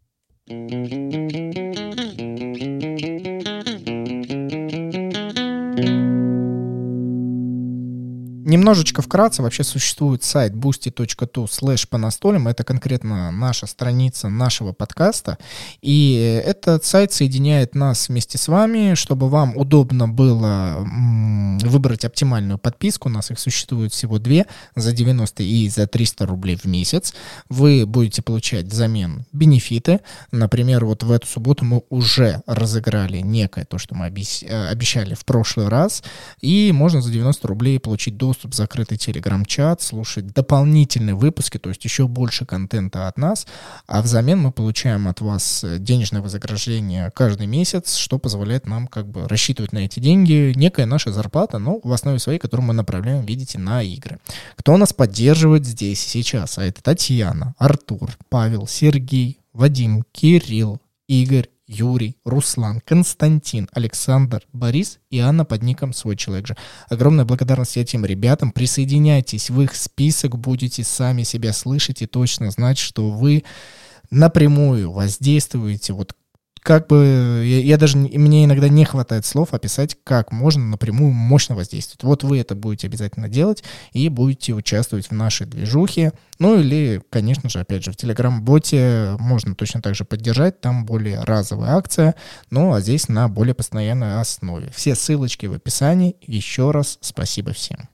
Немножечко вкратце, вообще существует сайт boosty точка ту слэш по настолям, это конкретно наша страница нашего подкаста, и этот сайт соединяет нас вместе с вами, чтобы вам удобно было м- выбрать оптимальную подписку, у нас их существует всего две, за девяносто и за триста рублей в месяц, вы будете получать взамен бенефиты, например, вот в эту субботу мы уже разыграли некое то, что мы обещ- обещали в прошлый раз, и можно за девяносто рублей получить доступ в закрытый телеграм-чат, слушать дополнительные выпуски, то есть еще больше контента от нас, а взамен мы получаем от вас денежное вознаграждение каждый месяц, что позволяет нам как бы рассчитывать на эти деньги, некая наша зарплата, но в основе своей, которую мы направляем, видите, на игры. Кто нас поддерживает здесь и сейчас? А это Татьяна, Артур, Павел, Сергей, Вадим, Кирилл, Игорь, Юрий, Руслан, Константин, Александр, Борис и Анна под ником «Свой человек же». Огромная благодарность этим ребятам. Присоединяйтесь в их список, будете сами себя слышать и точно знать, что вы напрямую воздействуете вот как бы, я, я даже, мне иногда не хватает слов описать, как можно напрямую мощно воздействовать. Вот вы это будете обязательно делать и будете участвовать в нашей движухе. Ну или, конечно же, опять же, в Telegram-боте можно точно так же поддержать, там более разовая акция, ну а здесь на более постоянной основе. Все ссылочки в описании. Еще раз спасибо всем.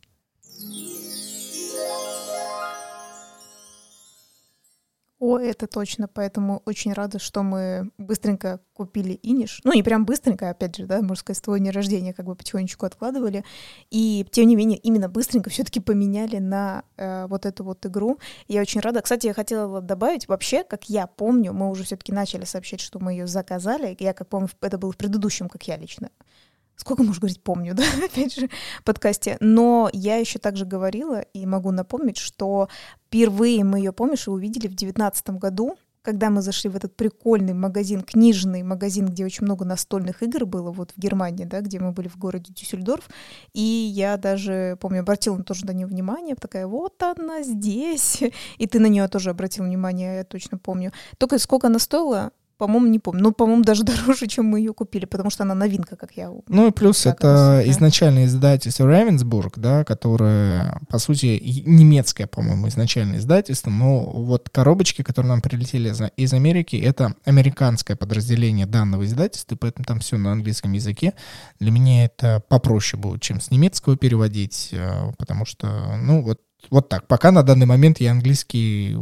О, это точно, поэтому очень рада, что мы быстренько купили Иниш. Ну, не прям быстренько, опять же, да, можно сказать, с твоего дня рождения как бы потихонечку откладывали. И, тем не менее, именно быстренько все-таки поменяли на э, вот эту вот игру. Я очень рада. Кстати, я хотела добавить, вообще, как я помню, мы уже все-таки начали сообщать, что мы ее заказали. Я, как помню, это было в предыдущем, как я лично. Сколько, можно говорить, помню, да, опять же, подкасте. Но я еще также говорила и могу напомнить, что впервые мы ее, помнишь, увидели в девятнадцатом году, когда мы зашли в этот прикольный магазин, книжный магазин, где очень много настольных игр было, вот в Германии, да, где мы были в городе Дюссельдорф. И я даже, помню, обратила тоже на нее внимание, такая, вот она здесь. И ты на нее тоже обратил внимание, я точно помню. Только сколько она стоила? По-моему, не помню. Ну, по-моему, даже дороже, чем мы ее купили, потому что она новинка, как я... Ну и плюс это изначальное издательство Ravensburg, да, которое, по сути, немецкое, по-моему, изначальное издательство, но вот коробочки, которые нам прилетели из Америки, это американское подразделение данного издательства, поэтому там все на английском языке. Для меня это попроще будет, чем с немецкого переводить, потому что, ну, вот Вот так. Пока на данный момент я английский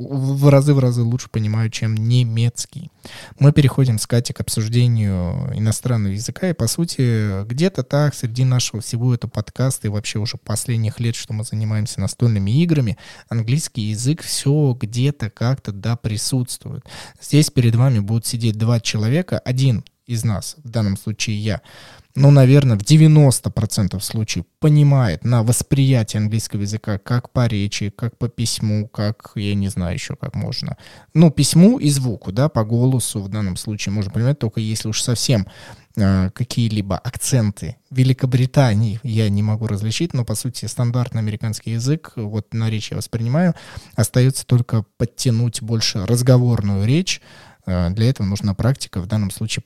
в разы в разы лучше понимаю, чем немецкий. Мы переходим с Катей к обсуждению иностранного языка. И, по сути, где-то так, среди нашего всего этого подкаста и вообще уже последних лет, что мы занимаемся настольными играми, английский язык все где-то как-то да присутствует. Здесь перед вами будут сидеть два человека. Один из нас, в данном случае я, ну, наверное, в девяносто процентов случаев понимает на восприятие английского языка как по речи, как по письму, как, я не знаю еще, как можно. Ну, письму и звуку, да, по голосу в данном случае можно понимать, только если уж совсем э, какие-либо акценты Великобритании я не могу различить, но, по сути, стандартный американский язык, вот на речь я воспринимаю, остается только подтянуть больше разговорную речь. Для этого нужна практика. В данном случае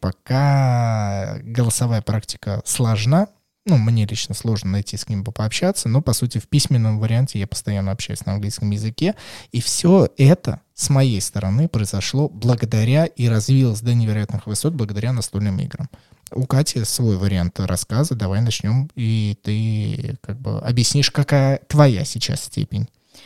пока голосовая практика сложна. Ну, мне лично сложно найти с кем бы пообщаться, но, по сути, в письменном варианте я постоянно общаюсь на английском языке. И все это с моей стороны произошло благодаря и развилось до невероятных высот благодаря настольным играм. У Кати свой вариант рассказа. Давай начнем, и ты как бы объяснишь, какая твоя сейчас степень.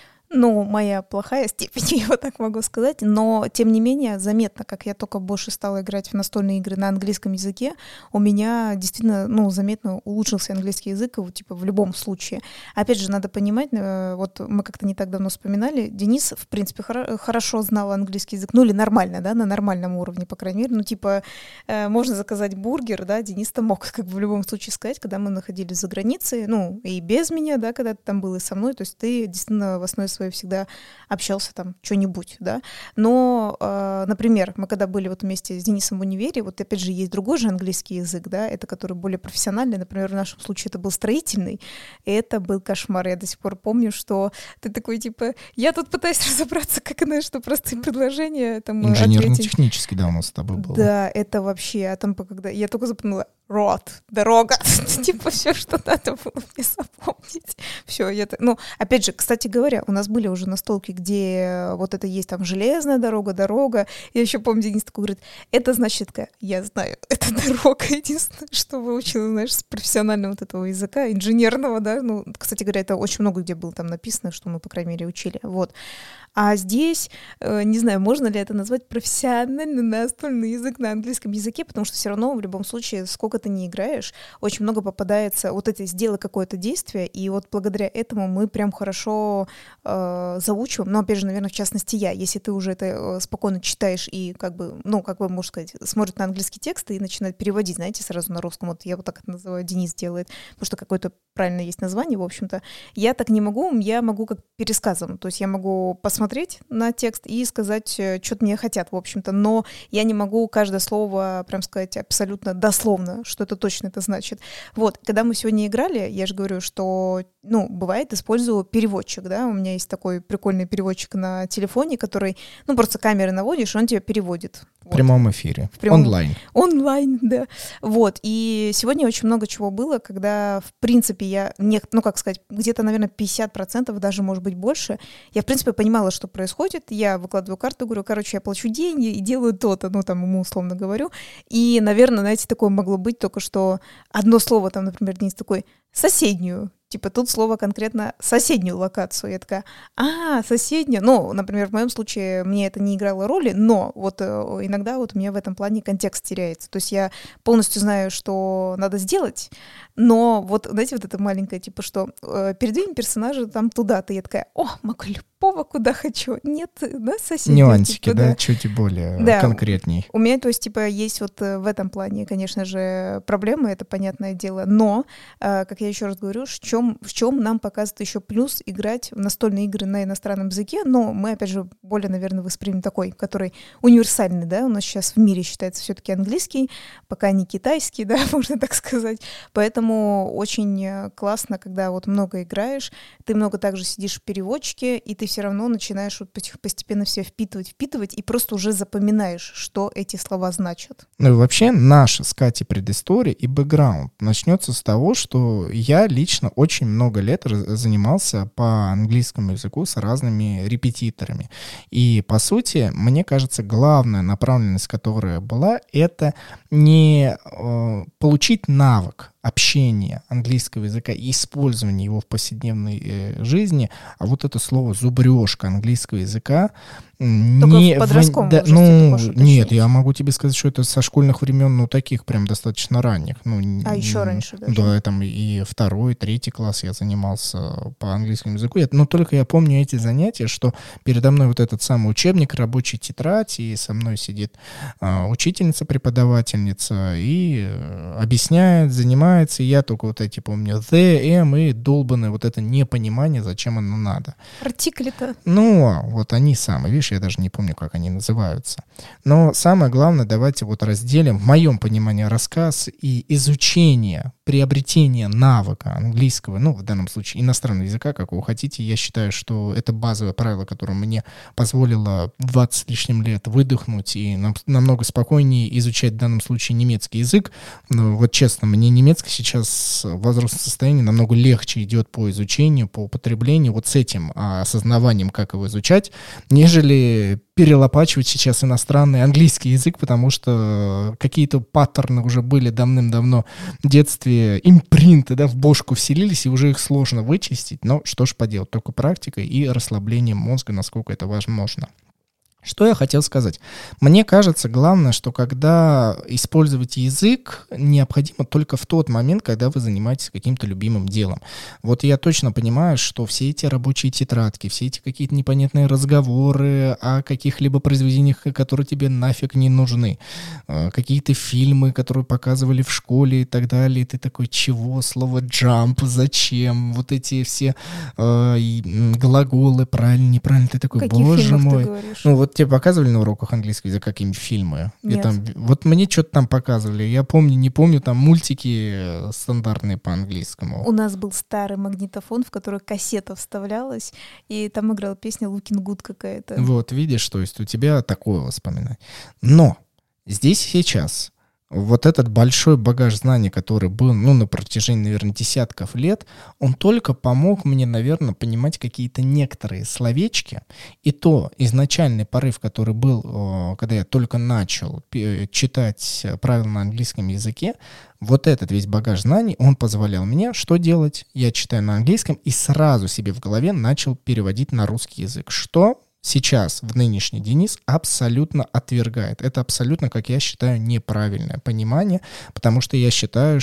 Ну, моя плохая степень, я вот так могу сказать, но, тем не менее, заметно, как я только больше стала играть в настольные игры на английском языке, у меня действительно, ну, заметно улучшился английский язык, вот, типа, в любом случае. Опять же, надо понимать, вот мы как-то не так давно вспоминали, Денис, в принципе, хор- хорошо знал английский язык, ну, или нормально, да, на нормальном уровне, по крайней мере, ну, типа, э, можно заказать бургер, да, Денис-то мог, как бы, в любом случае сказать, когда мы находились за границей, ну, и без меня, да, когда ты там был, и со мной, то есть ты действительно в основе своей всегда общался там что-нибудь, да. Но, э, например, мы когда были вот вместе с Денисом в универе, вот опять же есть другой же английский язык, да, это который более профессиональный, например, в нашем случае это был строительный, и это был кошмар. Я до сих пор помню, что ты такой, типа, я тут пытаюсь разобраться, как она, что простые предложения там инженерно-технический, да, у нас с тобой был. Да, это вообще, а там, когда я только запомнила road, дорога, типа все, что надо было мне запомнить. Все, я, ну, опять же, кстати говоря, у нас были уже настолки, где вот это есть там железная дорога, дорога. Я еще помню, Денис такой говорит, это значит, я знаю, это дорога. Единственное, что выучила, знаешь, с профессионального вот этого языка, инженерного, да, ну, кстати говоря, это очень много где было там написано, что мы, по крайней мере, учили, вот. А здесь, э, не знаю, можно ли это назвать профессиональный настольный язык на английском языке, потому что все равно в любом случае, сколько ты не играешь, очень много попадается, вот это сделай какое-то действие, и вот благодаря этому мы прям хорошо э, заучиваем, но опять же, наверное, в частности я, если ты уже это э, спокойно читаешь и как бы, ну, как бы, можно сказать, смотрит на английский текст и начинает переводить, знаете, сразу на русском, вот я вот так это называю, Денис делает, потому что какое-то правильно есть название, в общем-то, я так не могу, я могу как пересказом, то есть я могу посмотреть посмотреть на текст и сказать, что-то мне хотят, в общем-то. Но я не могу каждое слово прям сказать абсолютно дословно, что это точно это значит. Вот, когда мы сегодня играли, я же говорю, что, ну, бывает, использую переводчик, да, у меня есть такой прикольный переводчик на телефоне, который, ну, просто камеры наводишь, он тебя переводит. В вот. прямом эфире, в прямом... онлайн. Онлайн, да. Вот, и сегодня очень много чего было, когда, в принципе, я, не, ну, как сказать, где-то, наверное, пятьдесят процентов, даже, может быть, больше, я, в принципе, понимала, что происходит, я выкладываю карту, говорю, короче, я плачу деньги и делаю то-то, ну, там, ему условно говорю, и, наверное, знаете, такое могло быть только что одно слово, там, например, Денис такой, соседнюю, типа тут слово конкретно соседнюю локацию. Я такая, а, соседнюю. Ну, например, в моем случае мне это не играло роли, но вот э, иногда вот у меня в этом плане контекст теряется. То есть я полностью знаю, что надо сделать, но вот, знаете, вот это маленькое, типа, что э, передвинь персонажа там туда-то. Я такая, о, могу любого куда хочу. Нет, да, соседнюю. Нюансики, типа, да, да, чуть более да. конкретней. У меня, то есть, типа, есть вот в этом плане, конечно же, проблемы, это понятное дело, но, э, как я еще раз говорю, в чем в чем нам показывает еще плюс играть в настольные игры на иностранном языке, но мы, опять же, более, наверное, воспримем такой, который универсальный, да, у нас сейчас в мире считается все-таки английский, пока не китайский, да, можно так сказать, поэтому очень классно, когда вот много играешь, ты много также сидишь в переводчике, и ты все равно начинаешь вот постепенно все впитывать, впитывать, и просто уже запоминаешь, что эти слова значат. Ну и вообще наша с Катей предыстория и бэкграунд начнется с того, что я лично очень очень много лет занимался по английскому языку с разными репетиторами. И, по сути, мне кажется, главная направленность, которая была, это не э, получить навык общения английского языка и использования его в повседневной э, жизни, а вот это слово «зубрежка» английского языка только не в подростковом в, да, возрасте ну, ты можешь уточнить. Нет, я могу тебе сказать, что это со школьных времен, ну, таких прям достаточно ранних. Ну, а еще раньше даже? Да, там и второй, третий класс я занимался по английскому языку. Я, но только я помню эти занятия, что передо мной вот этот самый учебник, рабочий тетрадь, и со мной сидит а, учительница, преподавательница, и а, объясняет, занимается, и я только вот эти помню the, am и долбанное вот это непонимание, зачем оно надо. Артикли-то? Ну, вот они самые, видишь, я даже не помню, как они называются. Но самое главное, давайте вот разделим, в моем понимании, рассказ и изучение, приобретение навыка английского, ну, в данном случае иностранного языка, как вы хотите. Я считаю, что это базовое правило, которое мне позволило двадцать с лишним лет выдохнуть и нам, намного спокойнее изучать в данном случае немецкий язык. Но вот честно, мне немецкий сейчас в возрастном состоянии намного легче идет по изучению, по употреблению, вот с этим а, осознаванием, как его изучать, нежели перелопачивать сейчас иностранный английский язык, потому что какие-то паттерны уже были давным-давно в детстве, импринты, да, в бошку вселились, и уже их сложно вычистить. Но что ж поделать, только практикой и расслаблением мозга, насколько это возможно. Что я хотел сказать? Мне кажется, главное, что когда использовать язык, необходимо только в тот момент, когда вы занимаетесь каким-то любимым делом. Вот я точно понимаю, что все эти рабочие тетрадки, все эти какие-то непонятные разговоры о каких-либо произведениях, которые тебе нафиг не нужны, какие-то фильмы, которые показывали в школе и так далее, и ты такой, чего? Слово jump, зачем? Вот эти все э, глаголы, правильно, неправильно, ты такой, каких боже мой. Ну вот тебе показывали на уроках английского языка какие-нибудь фильмы? Нет. И там, вот мне что-то там показывали. Я помню, не помню, там мультики стандартные по-английскому. У нас был старый магнитофон, в который кассета вставлялась, и там играла песня Looking Good какая-то. Вот, видишь, то есть у тебя такое воспоминание. Но здесь сейчас вот этот большой багаж знаний, который был, ну, на протяжении, наверное, десятков лет, он только помог мне, наверное, понимать какие-то некоторые словечки. И то изначальный порыв, который был, когда я только начал читать правила на английском языке, вот этот весь багаж знаний, он позволял мне что делать? Я читаю на английском и сразу себе в голове начал переводить на русский язык. Что сейчас в нынешний Денис абсолютно отвергает. Это абсолютно, как я считаю, неправильное понимание, потому что я считаю,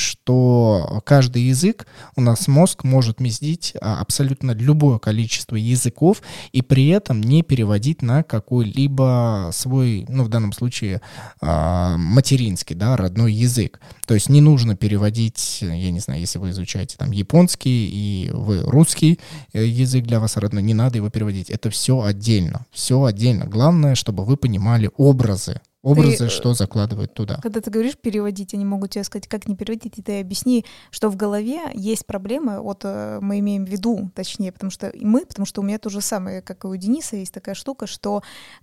что каждый язык, у нас мозг может вместить абсолютно любое количество языков и при этом не переводить на какой-либо свой, ну, в данном случае, материнский, да, родной язык. То есть не нужно переводить, я не знаю, если вы изучаете там японский и вы русский язык для вас родной, не надо его переводить. Это все отдельно. отдельно, все отдельно. Главное, чтобы вы понимали образы. Образы, ты, что закладывают туда. Когда ты говоришь переводить, они могут тебе сказать, как не переводить, и ты объясни, что в голове есть проблемы, вот мы имеем в виду, точнее, потому что и мы, потому что у меня то же самое, как и у Дениса, есть такая штука, что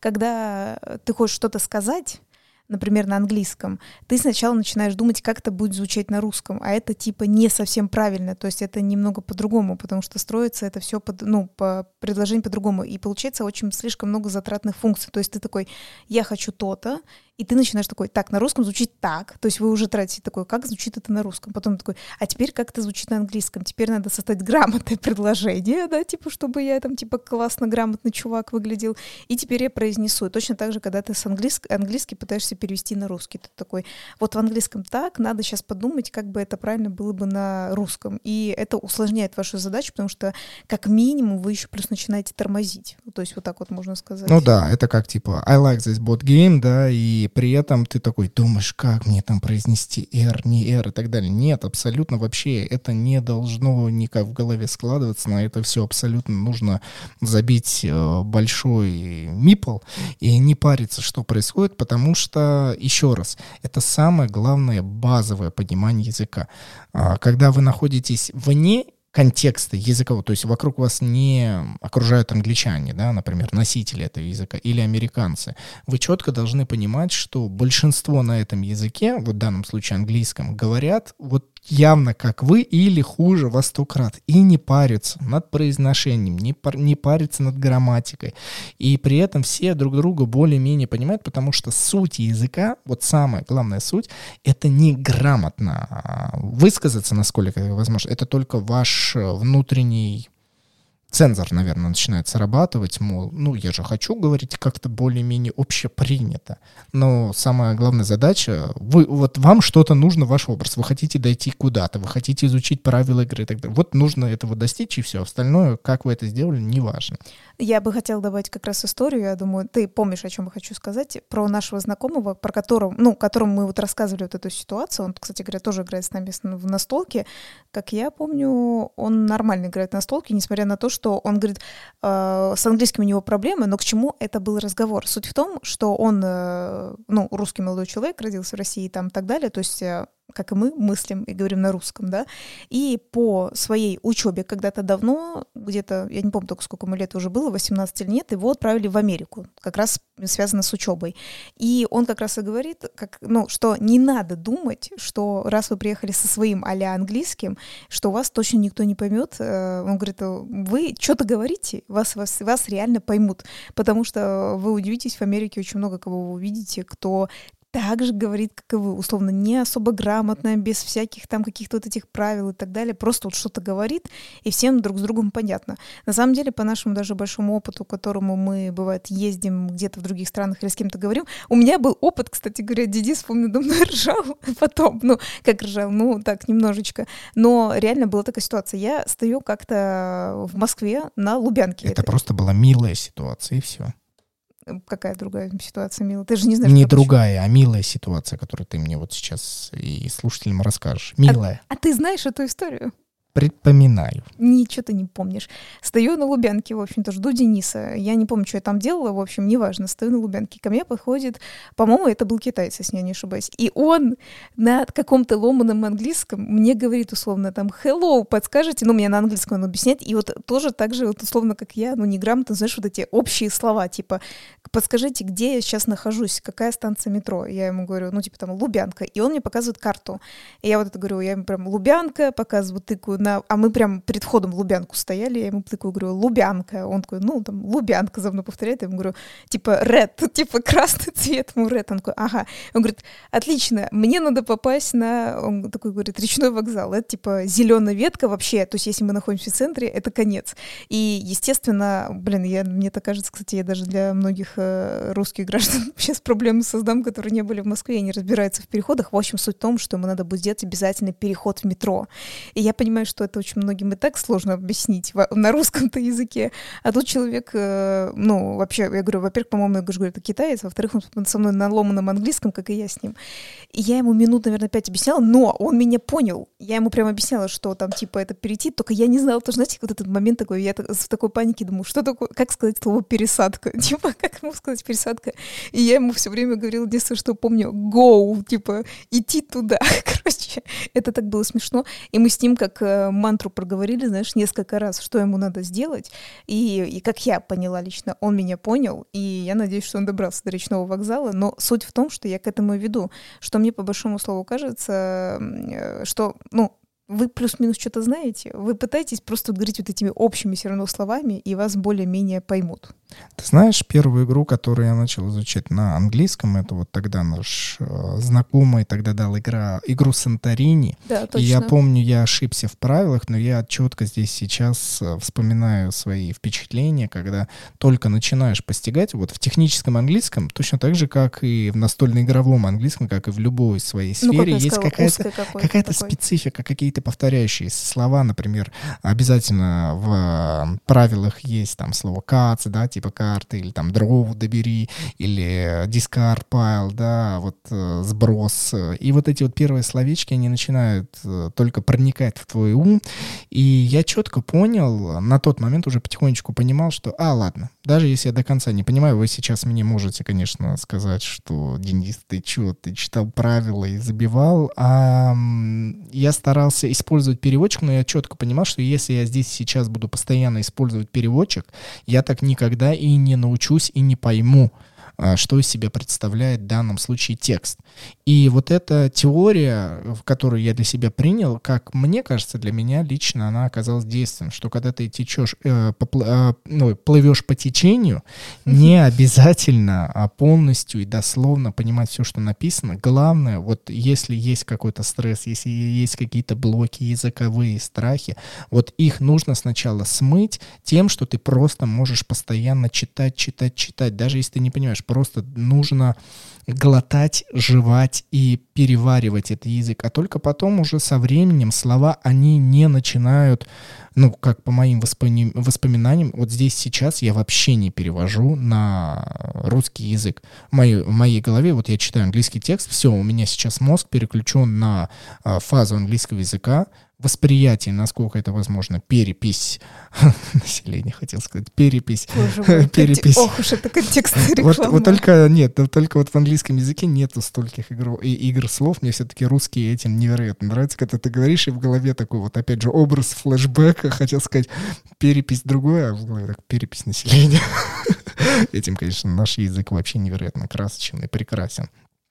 когда ты хочешь что-то сказать, например, на английском, ты сначала начинаешь думать, как это будет звучать на русском, а это типа не совсем правильно, то есть это немного по-другому, потому что строится это все под, ну, по предложению по-другому, и получается очень слишком много затратных функций, то есть ты такой, я хочу то-то, и ты начинаешь такой, так, на русском звучит так, то есть вы уже тратите такой, как звучит это на русском, потом такой, а теперь как это звучит на английском, теперь надо составить грамотное предложение, да, типа, чтобы я там, типа, классно, грамотный чувак выглядел, и теперь я произнесу. Точно так же, когда ты с английск... английский пытаешься перевести на русский, ты такой, вот в английском так, надо сейчас подумать, как бы это правильно было бы на русском, и это усложняет вашу задачу, потому что, как минимум, вы еще плюс начинаете тормозить, то есть вот так вот можно сказать. Ну да, это как, типа, I like this board game, да, и при этом ты такой думаешь, как мне там произнести R, не R и так далее. Нет, абсолютно вообще это не должно никак в голове складываться, на это все абсолютно нужно забить э, большой мипл и не париться, что происходит, потому что, еще раз, это самое главное базовое понимание языка. А, когда вы находитесь вне контекста языкового, то есть вокруг вас не окружают англичане, да, например, носители этого языка, или американцы, вы четко должны понимать, что большинство на этом языке, вот в данном случае английском, говорят вот явно как вы или хуже во сто крат, и не парятся над произношением, не, пар, не парятся над грамматикой, и при этом все друг друга более-менее понимают, потому что суть языка, вот самая главная суть, это не грамотно высказаться, насколько это возможно, это только ваш внутренний цензор, наверное, начинает срабатывать, мол, ну, я же хочу говорить как-то более-менее общепринято. Но самая главная задача, вы, вот вам что-то нужно, ваш образ, вы хотите дойти куда-то, вы хотите изучить правила игры и так далее. Вот нужно этого достичь, и все. Остальное, как вы это сделали, неважно. Я бы хотела добавить как раз историю, я думаю, ты помнишь, о чем я хочу сказать, про нашего знакомого, про которого, ну, которому мы вот рассказывали вот эту ситуацию, он, кстати говоря, тоже играет с нами в настолке, как я помню, он нормально играет в настолки, несмотря на то, что он говорит, э, с английским у него проблемы, но к чему это был разговор? Суть в том, что он, э, ну, русский молодой человек, родился в России и там и так далее, то есть э, как и мы, мыслим и говорим на русском, да, и по своей учебе когда-то давно, где-то, я не помню только сколько ему лет уже было, восемнадцать или нет, его отправили в Америку, как раз связано с учебой. И он как раз и говорит, как, ну, что не надо думать, что раз вы приехали со своим а-ля английским, что вас точно никто не поймет. Он говорит, вы что-то говорите, вас, вас, вас реально поймут, потому что вы удивитесь, в Америке очень много кого вы увидите, кто так же говорит, как и вы, условно, не особо грамотно, без всяких там каких-то вот этих правил и так далее, просто вот что-то говорит, и всем друг с другом понятно. На самом деле, по нашему даже большому опыту, к которому мы, бывает, ездим где-то в других странах или с кем-то говорим, у меня был опыт, кстати говоря, Денис, помню, давно ржал потом, ну, как ржал, ну, так, немножечко, но реально была такая ситуация. Я стою как-то в Москве на Лубянке. Это, это просто была милая ситуация, и все. Какая другая ситуация, милая? Ты же не знаешь. Не другая, а милая ситуация, которую ты мне вот сейчас и слушателям расскажешь. Милая. А, а ты знаешь эту историю? Предпоминаю. Ничего ты не помнишь. Стою на Лубянке, в общем-то, жду Дениса. Я не помню, что я там делала, в общем, неважно. Стою на Лубянке. Ко мне подходит, по-моему, это был китаец, если я не ошибаюсь. И он на каком-то ломаном английском мне говорит условно там «hello», подскажете? Ну, мне на английском он объясняет. И вот тоже так же, вот, условно, как я, ну, неграмотно, знаешь, вот эти общие слова, типа «подскажите, где я сейчас нахожусь, какая станция метро?» Я ему говорю, ну, типа там «Лубянка». И он мне показывает карту. И я вот это говорю, я ему прям «Лубянка», показываю, тыкаю на... А мы прям перед входом в Лубянку стояли, я ему тыкаю, говорю, Лубянка. Он такой, ну, там, Лубянка за мной повторяет. Я ему говорю, типа, red, типа, красный цвет, ему red. Он такой, ага. Он говорит, отлично, мне надо попасть на, он такой говорит, речной вокзал. Это, типа, зеленая ветка вообще, то есть если мы находимся в центре, это конец. И, естественно, блин, я, мне так кажется, кстати, я даже для многих много русских граждан сейчас проблемы создам, которые не были в Москве и не разбираются в переходах. В общем, суть в том, что ему надо будет сделать обязательно переход в метро. И я понимаю, что это очень многим и так сложно объяснить на русском-то языке. А тут человек, ну, вообще, я говорю, во-первых, по-моему, я говорю, это китаец, во-вторых, он со мной на ломаном английском, как и я с ним. И я ему минут, наверное, пять объясняла, но он меня понял. Я ему прямо объясняла, что там, типа, это перейти, только я не знала, тоже, знаете, вот этот момент такой, я в такой панике думаю, что такое, как сказать слово пересадка, типа, как ему сказать пересадка, и я ему все время говорила, единственное, что помню, go, типа, идти туда, короче, это так было смешно, и мы с ним как э, мантру проговорили, знаешь, несколько раз, что ему надо сделать, и, и как я поняла лично, он меня понял, и я надеюсь, что он добрался до речного вокзала, но суть в том, что я к этому и веду, что мне по большому слову кажется, э, что, ну, вы плюс-минус что-то знаете, вы пытаетесь просто вот говорить вот этими общими все равно словами, и вас более-менее поймут. Ты знаешь, первую игру, которую я начал изучать на английском, это вот тогда наш э, знакомый тогда дал игра, игру Санторини. Да, точно. И я помню, я ошибся в правилах, но я четко здесь сейчас э, вспоминаю свои впечатления, когда только начинаешь постигать, вот в техническом английском, точно так же, как и в настольно-игровом английском, как и в любой своей сфере, ну, есть сказала, какая-то, какая-то специфика, какие-то повторяющиеся слова, например, обязательно в правилах есть там слово cards, да, типа карты, или там draw добери, или discard pile, да, вот э, сброс. И вот эти вот первые словечки, они начинают э, только проникать в твой ум. И я четко понял, на тот момент уже потихонечку понимал, что, а, ладно, даже если я до конца не понимаю, вы сейчас мне можете, конечно, сказать, что, Денис, ты что, ты читал правила и забивал, а я старался использовать переводчик, но я четко понимал, что если я здесь сейчас буду постоянно использовать переводчик, я так никогда и не научусь, и не пойму, что из себя представляет в данном случае текст. И вот эта теория, в которую я для себя принял, как мне кажется, для меня лично она оказалась действенной, что когда ты течешь, э, попл- э, ну, плывешь по течению, не обязательно полностью и дословно понимать все, что написано. Главное, вот если есть какой-то стресс, если есть какие-то блоки, языковые страхи, вот их нужно сначала смыть тем, что ты просто можешь постоянно читать, читать, читать, даже если ты не понимаешь. Просто нужно глотать, жевать и переваривать этот язык. А только потом уже со временем слова, они не начинают, ну, как по моим воспоми- воспоминаниям, вот здесь сейчас я вообще не перевожу на русский язык. В моей, в моей голове, вот я читаю английский текст, все, у меня сейчас мозг переключен на а, фазу английского языка, восприятие, насколько это возможно, перепись населения, хотел сказать, перепись. Боже, перепись. Ох уж это контекст рекламы. Вот, вот только, нет, только вот в английском языке нету стольких игр, и, игр слов. Мне все-таки русские этим невероятно нравятся, когда ты говоришь, и в голове такой вот, опять же, образ флешбека, хотел сказать, перепись другое, а в голове так, перепись населения. Этим, конечно, наш язык вообще невероятно красочен и прекрасен.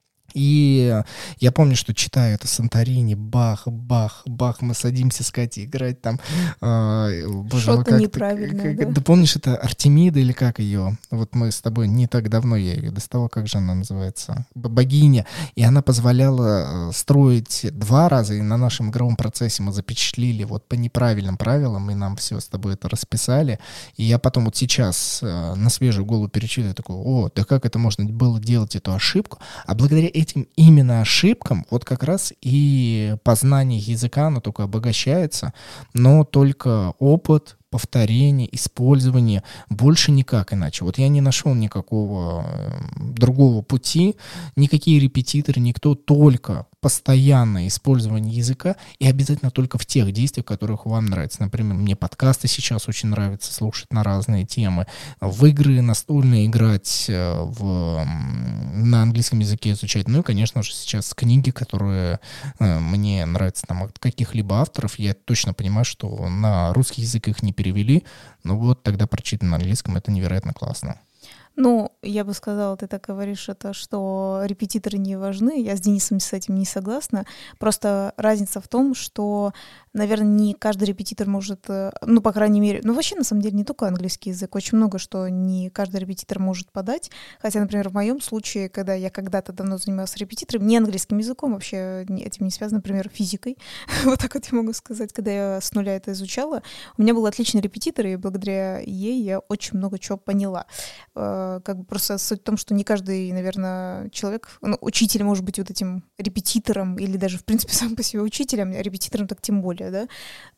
И я помню, что читаю это Санторини, бах, бах, бах, мы садимся с Катей играть там. Э, боже, что-то как неправильное, как, да? Да помнишь, это Артемида или как ее? Вот мы с тобой не так давно, я ее доставал, как же она называется? Богиня. И она позволяла строить два раза, и на нашем игровом процессе мы запечатлили вот по неправильным правилам, и нам все с тобой это расписали. И я потом вот сейчас на свежую голову перечитываю, такой, о, да как это можно было делать эту ошибку? А благодаря этим именно ошибкам вот как раз и познание языка, оно только обогащается, но только опыт, повторение, использование, больше никак иначе. Вот я не нашел никакого другого пути, никакие репетиторы, никто, только постоянное использование языка и обязательно только в тех действиях, которых вам нравится. Например, мне подкасты сейчас очень нравится слушать на разные темы, в игры настольные играть, в, на английском языке изучать. Ну и, конечно же, сейчас книги, которые мне нравятся там, от каких-либо авторов, я точно понимаю, что на русский язык их не перевели, но вот тогда прочитано на английском, это невероятно классно. Ну, я бы сказала, ты так говоришь, это что репетиторы не важны. Я с Денисом с этим не согласна. Просто разница в том, что наверное, не каждый репетитор может, ну, по крайней мере, ну, вообще, на самом деле, не только английский язык, очень много, что не каждый репетитор может подать. Хотя, например, в моем случае, когда я когда-то давно занималась репетитором, не английским языком, вообще этим не связано, например, физикой, вот так вот я могу сказать, когда я с нуля это изучала, у меня был отличный репетитор, и благодаря ей я очень много чего поняла. Как бы просто суть в том, что не каждый, наверное, человек, ну, учитель может быть вот этим репетитором или даже, в принципе, сам по себе учителем, а репетитором так тем более, да,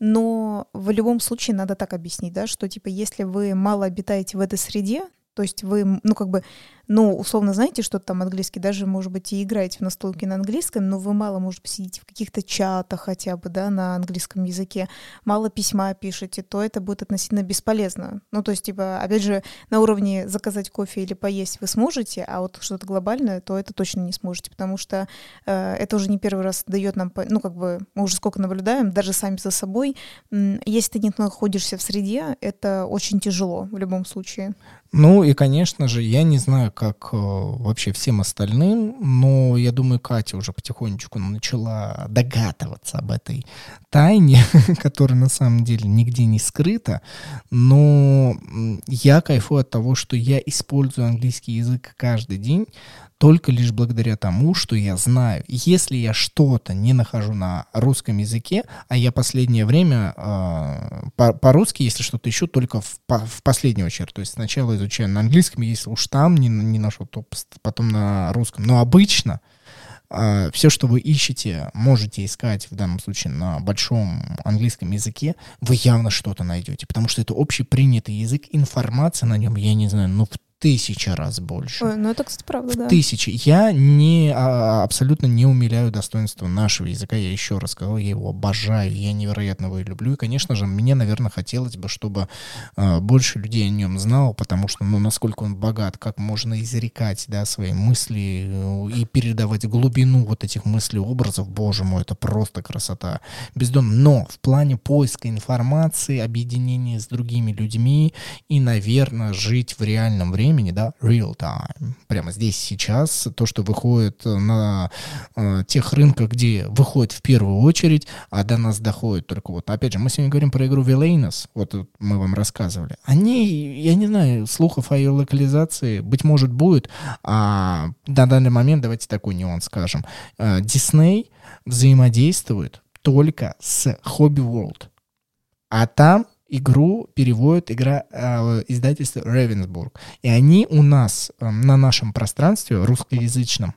но в любом случае надо так объяснить, да, что, типа, если вы мало обитаете в этой среде, то есть вы, ну, как бы, ну, условно знаете что-то там английский, даже, может быть, и играете в настолки на английском, но вы мало, может быть, сидите в каких-то чатах хотя бы, да, на английском языке, мало письма пишете, то это будет относительно бесполезно. Ну, то есть, типа, опять же, на уровне заказать кофе или поесть вы сможете, а вот что-то глобальное, то это точно не сможете, потому что э, это уже не первый раз дает нам, ну, как бы, мы уже сколько наблюдаем, даже сами за собой, м- если ты не находишься в среде, это очень тяжело в любом случае. Ну и, конечно же, я не знаю, как э, вообще всем остальным, но я думаю, Катя уже потихонечку начала догадываться об этой тайне, которая на самом деле нигде не скрыта, но я кайфую от того, что я использую английский язык каждый день, только лишь благодаря тому, что я знаю. Если я что-то не нахожу на русском языке, а я последнее время э, по- по-русски, если что-то ищу, только в, по- в последнюю очередь. То есть сначала изучаю на английском, если уж там не, не нашел, то потом на русском. Но обычно э, все, что вы ищете, можете искать в данном случае на большом английском языке, вы явно что-то найдете, потому что это общепринятый язык, информация на нем, я не знаю, ну, в тысяча раз больше. Ой, ну это, кстати, правда, в да. Тысячи. Я не, а, абсолютно не умиляю достоинства нашего языка. Я еще раз сказал, я его обожаю, я невероятно его люблю. И, конечно же, мне, наверное, хотелось бы, чтобы а, больше людей о нем знало, потому что, ну, насколько он богат, как можно изрекать, да, свои мысли и передавать глубину вот этих мыслей, образов. Боже мой, это просто красота. Бездомно. Но в плане поиска информации, объединения с другими людьми и, наверное, жить в реальном времени, времени, да, real time, прямо здесь сейчас, то, что выходит на э, тех рынках, где выходит в первую очередь, а до нас доходит только вот, опять же, мы сегодня говорим про игру Villainous, вот мы вам рассказывали, они, я не знаю, слухов о ее локализации, быть может, будет, а на данный момент, давайте такой нюанс скажем, э, Disney взаимодействует только с Hobby World, а там игру переводит игра э, издательства Ravensburg. И они у нас э, на нашем пространстве русскоязычном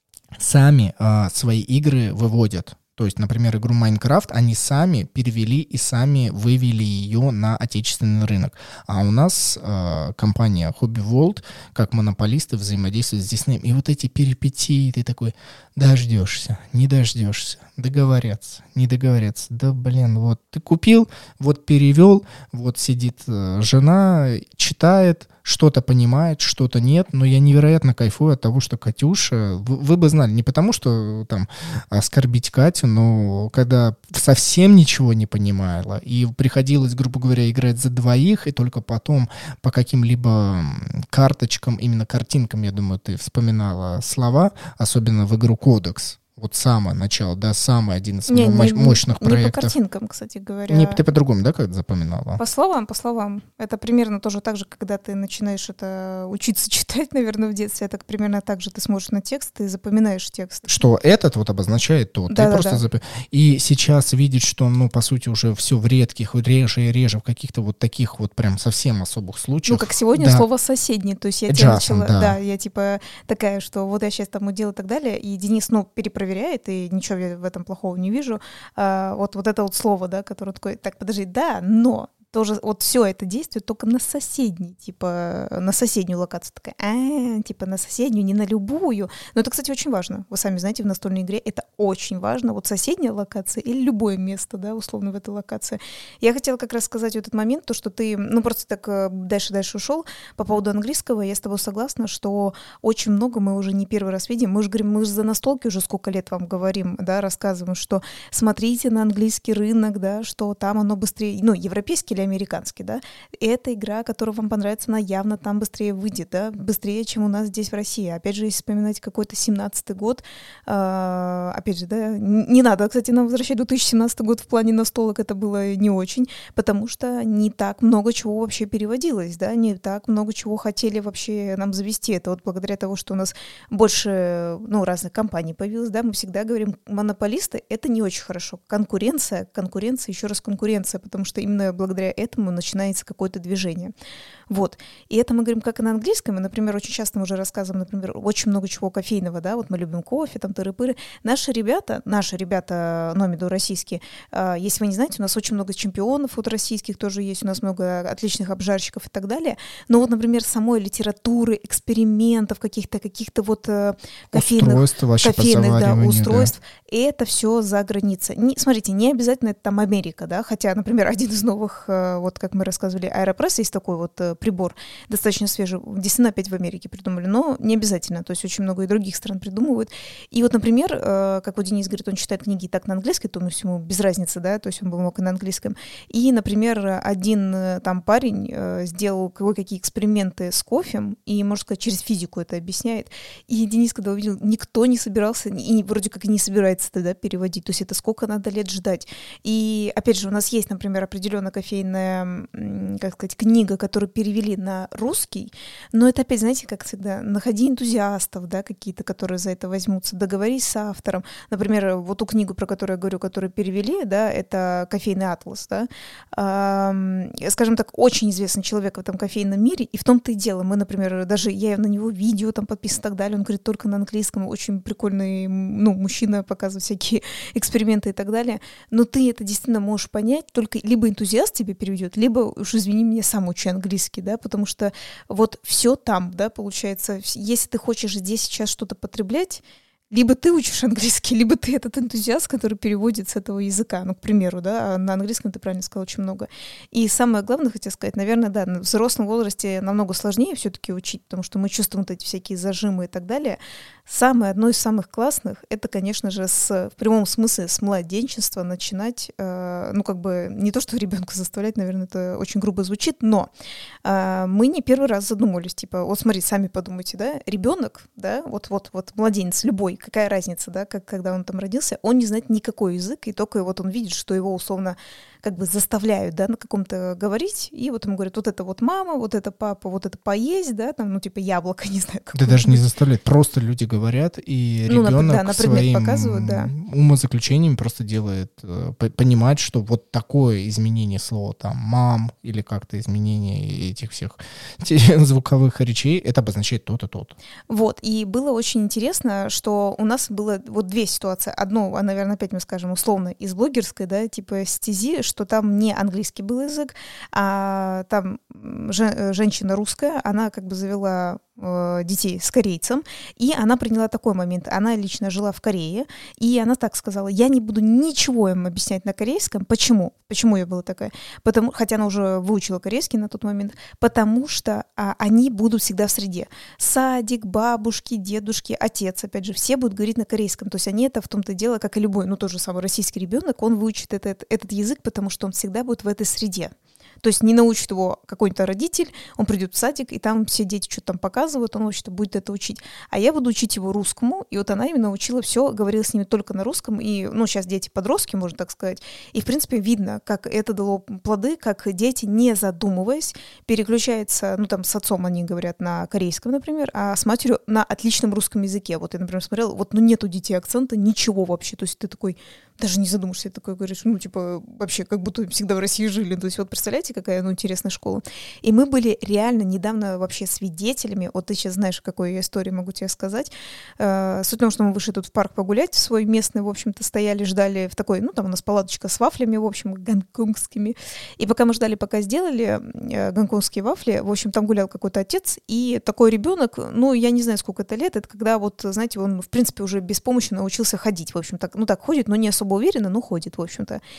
сами э, свои игры выводят. То есть, например, игру Майнкрафт они сами перевели и сами вывели ее на отечественный рынок. А у нас э, компания Hobby World, как монополисты, взаимодействует с Disney. И вот эти перипетии, ты такой, дождешься, не дождешься, договорятся, не договорятся. Да, блин, вот ты купил, вот перевел, вот сидит э, жена, читает, что-то понимает, что-то нет, но я невероятно кайфую от того, что Катюша, вы, вы бы знали, не потому что там оскорбить Катю, но когда совсем ничего не понимала, и приходилось, грубо говоря, играть за двоих, и только потом по каким-либо карточкам, именно картинкам, я думаю, ты вспоминала слова, особенно в игру Кодекс. Вот самое начало, да, самый один из не, мо- не, мощных не проектов. Не по картинкам, кстати говоря. Не, ты по-другому, да, как запоминала? По словам, по словам. Это примерно тоже так же, когда ты начинаешь это учиться читать, наверное, в детстве, это примерно так же ты смотришь на текст, ты запоминаешь текст. Что этот вот обозначает то. Да, ты да, просто да. зап... И сейчас видеть, что, ну, по сути, уже все в редких, реже и реже, в каких-то вот таких вот прям совсем особых случаях. Ну, как сегодня да. слово «соседний», то есть я тебя начала, да. да, я типа такая, что вот я сейчас там уделаю и так далее, и Денис, ну, перепроверяет, и ничего я в этом плохого не вижу. А, вот, вот это вот слово, да, которое такое, так, подожди, да, но тоже вот все это действует только на соседней, типа на соседнюю локацию. Такая, а, типа на соседнюю, не на любую. Но это, кстати, очень важно. Вы сами знаете, в настольной игре это очень важно. Вот соседняя локация или любое место, да, условно в этой локации. Я хотела как раз сказать в этот момент, то, что ты, ну, просто так дальше-дальше ушел по поводу английского. Я с тобой согласна, что очень много мы уже не первый раз видим. Мы же говорим, мы же за настолки уже сколько лет вам говорим, да, рассказываем, что смотрите на английский рынок, да, что там оно быстрее, ну, европейский или американский, да, эта игра, которая вам понравится, она явно там быстрее выйдет, да, быстрее, чем у нас здесь в России. Опять же, если вспоминать какой-то семнадцатый год, э, опять же, да, не надо, кстати, нам возвращать две тысячи семнадцатый год в плане настолок, это было не очень, потому что не так много чего вообще переводилось, да, не так много чего хотели вообще нам завести. Это вот благодаря тому, что у нас больше, ну, разных компаний появилось, да, мы всегда говорим, монополисты — это не очень хорошо. Конкуренция, конкуренция, еще раз конкуренция, потому что именно благодаря этому начинается какое-то движение. Вот. И это мы говорим как и на английском, и, например, очень часто мы уже рассказываем, например, очень много чего кофейного, да, вот мы любим кофе, там, тыры-пыры. Наши ребята, наши ребята, ну, имею в виду российские, э, если вы не знаете, у нас очень много чемпионов вот российских тоже есть, у нас много отличных обжарщиков и так далее, но вот, например, самой литературы, экспериментов, каких-то, каких-то вот э, кофейных, кофейных да, устройств, да. Это все за границей. Не, смотрите, не обязательно это там Америка, да, хотя, например, один из новых, э, вот как мы рассказывали, Аэропресс, есть такой вот э, прибор, достаточно свежий, действительно опять в Америке придумали, но не обязательно, то есть очень много и других стран придумывают. И вот, например, э, как вот Денис говорит, он читает книги так на английском, то ему всему без разницы, да, то есть он бы мог и на английском. И, например, один э, там парень э, сделал кое-какие эксперименты с кофем, и, можно сказать, через физику это объясняет. И Денис, когда увидел, никто не собирался, и вроде как и не собирается тогда переводить, то есть это сколько надо лет ждать. И, опять же, у нас есть, например, определенная кофейная, как сказать, книга, которую перевели на русский, но это опять, знаете, как всегда, находи энтузиастов, да, какие-то, которые за это возьмутся, договорись с автором. Например, вот ту книгу, про которую я говорю, которую перевели, да, это «Кофейный атлас», да, эм, скажем так, очень известный человек в этом кофейном мире, и в том-то и дело. Мы, например, даже я на него видео там подписан и так далее, он говорит только на английском, очень прикольный, ну, мужчина, показывает всякие эксперименты и так далее, но ты это действительно можешь понять, только либо энтузиаст тебе переведет, либо, уж извини меня, сам учи английский, да, потому что вот все там, да, получается, если ты хочешь здесь сейчас что-то потреблять, либо ты учишь английский, либо ты этот энтузиаст, который переводит с этого языка, ну, к примеру, да, а на английском ты правильно сказал очень много. И самое главное, хотел сказать, наверное, да, в взрослом возрасте намного сложнее все-таки учить, потому что мы чувствуем вот эти всякие зажимы и так далее. Самое, одно из самых классных, это, конечно же, с, в прямом смысле с младенчества начинать, э, ну, как бы, не то, что ребенка заставлять, наверное, это очень грубо звучит, но э, мы не первый раз задумывались, типа, вот смотри, сами подумайте, да, ребенок, да, вот-вот-вот, младенец любой, какая разница, да, как, когда он там родился, он не знает никакой язык, и только вот он видит, что его условно как бы заставляют, да, на каком-то говорить, и вот ему говорят, вот это вот мама, вот это папа, вот это поесть, да, там, ну, типа яблоко, не знаю. Да даже не заставляют, просто люди говорят, и ну, ребенок на, да, на своим показывают, да. умозаключением просто делает, понимать, что вот такое изменение слова, там, мам, или как-то изменение этих всех звуковых речей, это обозначает то-то, то-то. Вот, и было очень интересно, что у нас было вот две ситуации. Одно, наверное, опять мы скажем условно, из блогерской, да, типа стези, что там не английский был язык, а там же, женщина русская, она как бы завела э, детей с корейцем, и она приняла такой момент. Она лично жила в Корее, и она так сказала, я не буду ничего им объяснять на корейском. Почему? Почему я была такая? Потому, хотя она уже выучила корейский на тот момент, потому что а, они будут всегда в среде. Садик, бабушки, дедушки, отец, опять же, все будут говорить на корейском. То есть они это в том-то дело, как и любой, ну, тот же самый российский ребенок, он выучит этот, этот язык, потому что он всегда будет в этой среде. То есть не научит его какой-то родитель, он придет в садик, и там все дети что-то там показывают, он вообще-то будет это учить. А я буду учить его русскому, и вот она именно учила все, говорила с ними только на русском, и, ну, сейчас дети подростки, можно так сказать, и, в принципе, видно, как это дало плоды, как дети, не задумываясь, переключаются, ну, там, с отцом они говорят на корейском, например, а с матерью на отличном русском языке. Вот я, например, смотрела, вот, ну, нет у детей акцента, ничего вообще, то есть ты такой, даже не задумаешься, ты такой говоришь, ну, типа, вообще, как будто всегда в России жили, то есть вот представляете, какая, ну, интересная школа. И мы были реально недавно вообще свидетелями, вот ты сейчас знаешь, какую я историю могу тебе сказать. Э, суть в том, что мы вышли тут в парк погулять, в свой местный, в общем-то, стояли, ждали в такой, ну, там у нас палаточка с вафлями, в общем, гонконгскими. И пока мы ждали, пока сделали э, гонконгские вафли, в общем, там гулял какой-то отец, и такой ребенок, ну, я не знаю, сколько это лет, это когда вот, знаете, он, в принципе, уже без помощи научился ходить, в общем, так, ну, так ходит, но не особо уверенно, но ходит, в общем-то.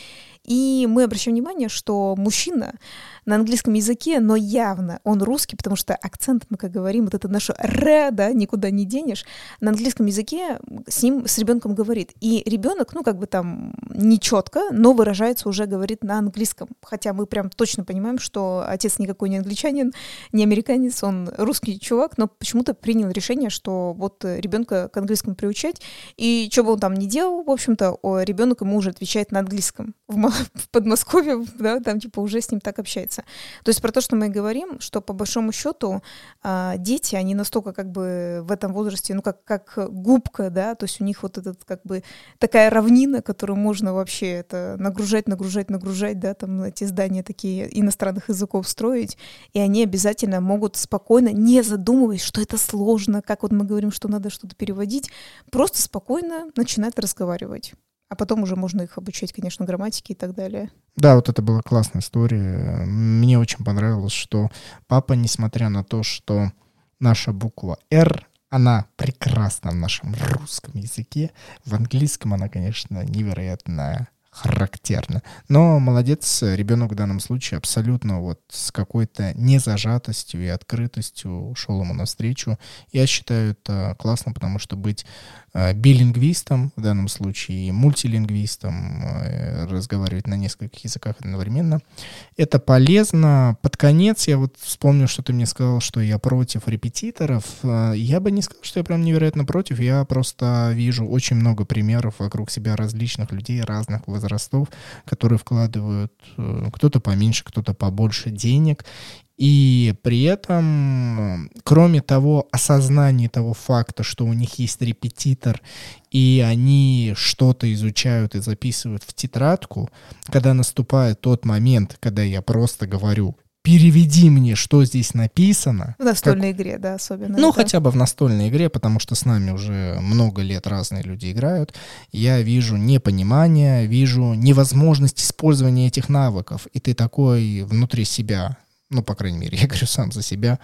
И мы обращаем внимание, что мужчина на английском языке, но явно он русский, потому что акцент, мы как говорим, вот это наше «р», да, никуда не денешь, на английском языке с ним, с ребенком говорит. И ребенок, ну, как бы там не четко, но выражается уже, говорит на английском. Хотя мы прям точно понимаем, что отец никакой не англичанин, не американец, он русский чувак, но почему-то принял решение, что вот ребенка к английскому приучать, и что бы он там ни делал, в общем-то, ребенок ему уже отвечает на английском. В, в Подмосковье, да, там типа уже с ним так общается. То есть про то, что мы говорим, что по большому счету а, дети, они настолько как бы в этом возрасте, ну как, как губка, да, то есть у них вот этот как бы такая равнина, которую можно вообще это нагружать, нагружать, нагружать, да, там эти здания такие иностранных языков строить, и они обязательно могут спокойно, не задумываясь, что это сложно, как вот мы говорим, что надо что-то переводить, просто спокойно начинать разговаривать. А потом уже можно их обучать, конечно, грамматике и так далее. Да, вот это была классная история. Мне очень понравилось, что папа, несмотря на то, что наша буква «Р», она прекрасна в нашем русском языке, в английском она, конечно, невероятно характерна. Но молодец, ребенок в данном случае абсолютно вот с какой-то незажатостью и открытостью ушел ему навстречу. Я считаю это классно, потому что быть билингвистом в данном случае и мультилингвистом, разговаривать на нескольких языках одновременно, это полезно. Под конец я вот вспомнил, что ты мне сказал, что я против репетиторов. Я бы не сказал, что я прям невероятно против. Я просто вижу очень много примеров вокруг себя различных людей разных возрастов, которые вкладывают кто-то поменьше, кто-то побольше денег. И при этом, кроме того осознания того факта, что у них есть репетитор, и они что-то изучают и записывают в тетрадку, когда наступает тот момент, когда я просто говорю: переведи мне, что здесь написано. В настольной как... игре, да, особенно. Ну, да. хотя бы в настольной игре, потому что с нами уже много лет разные люди играют. Я вижу непонимание, вижу невозможность использования этих навыков. И ты такой внутри себя... Ну, по крайней мере, я говорю сам за себя,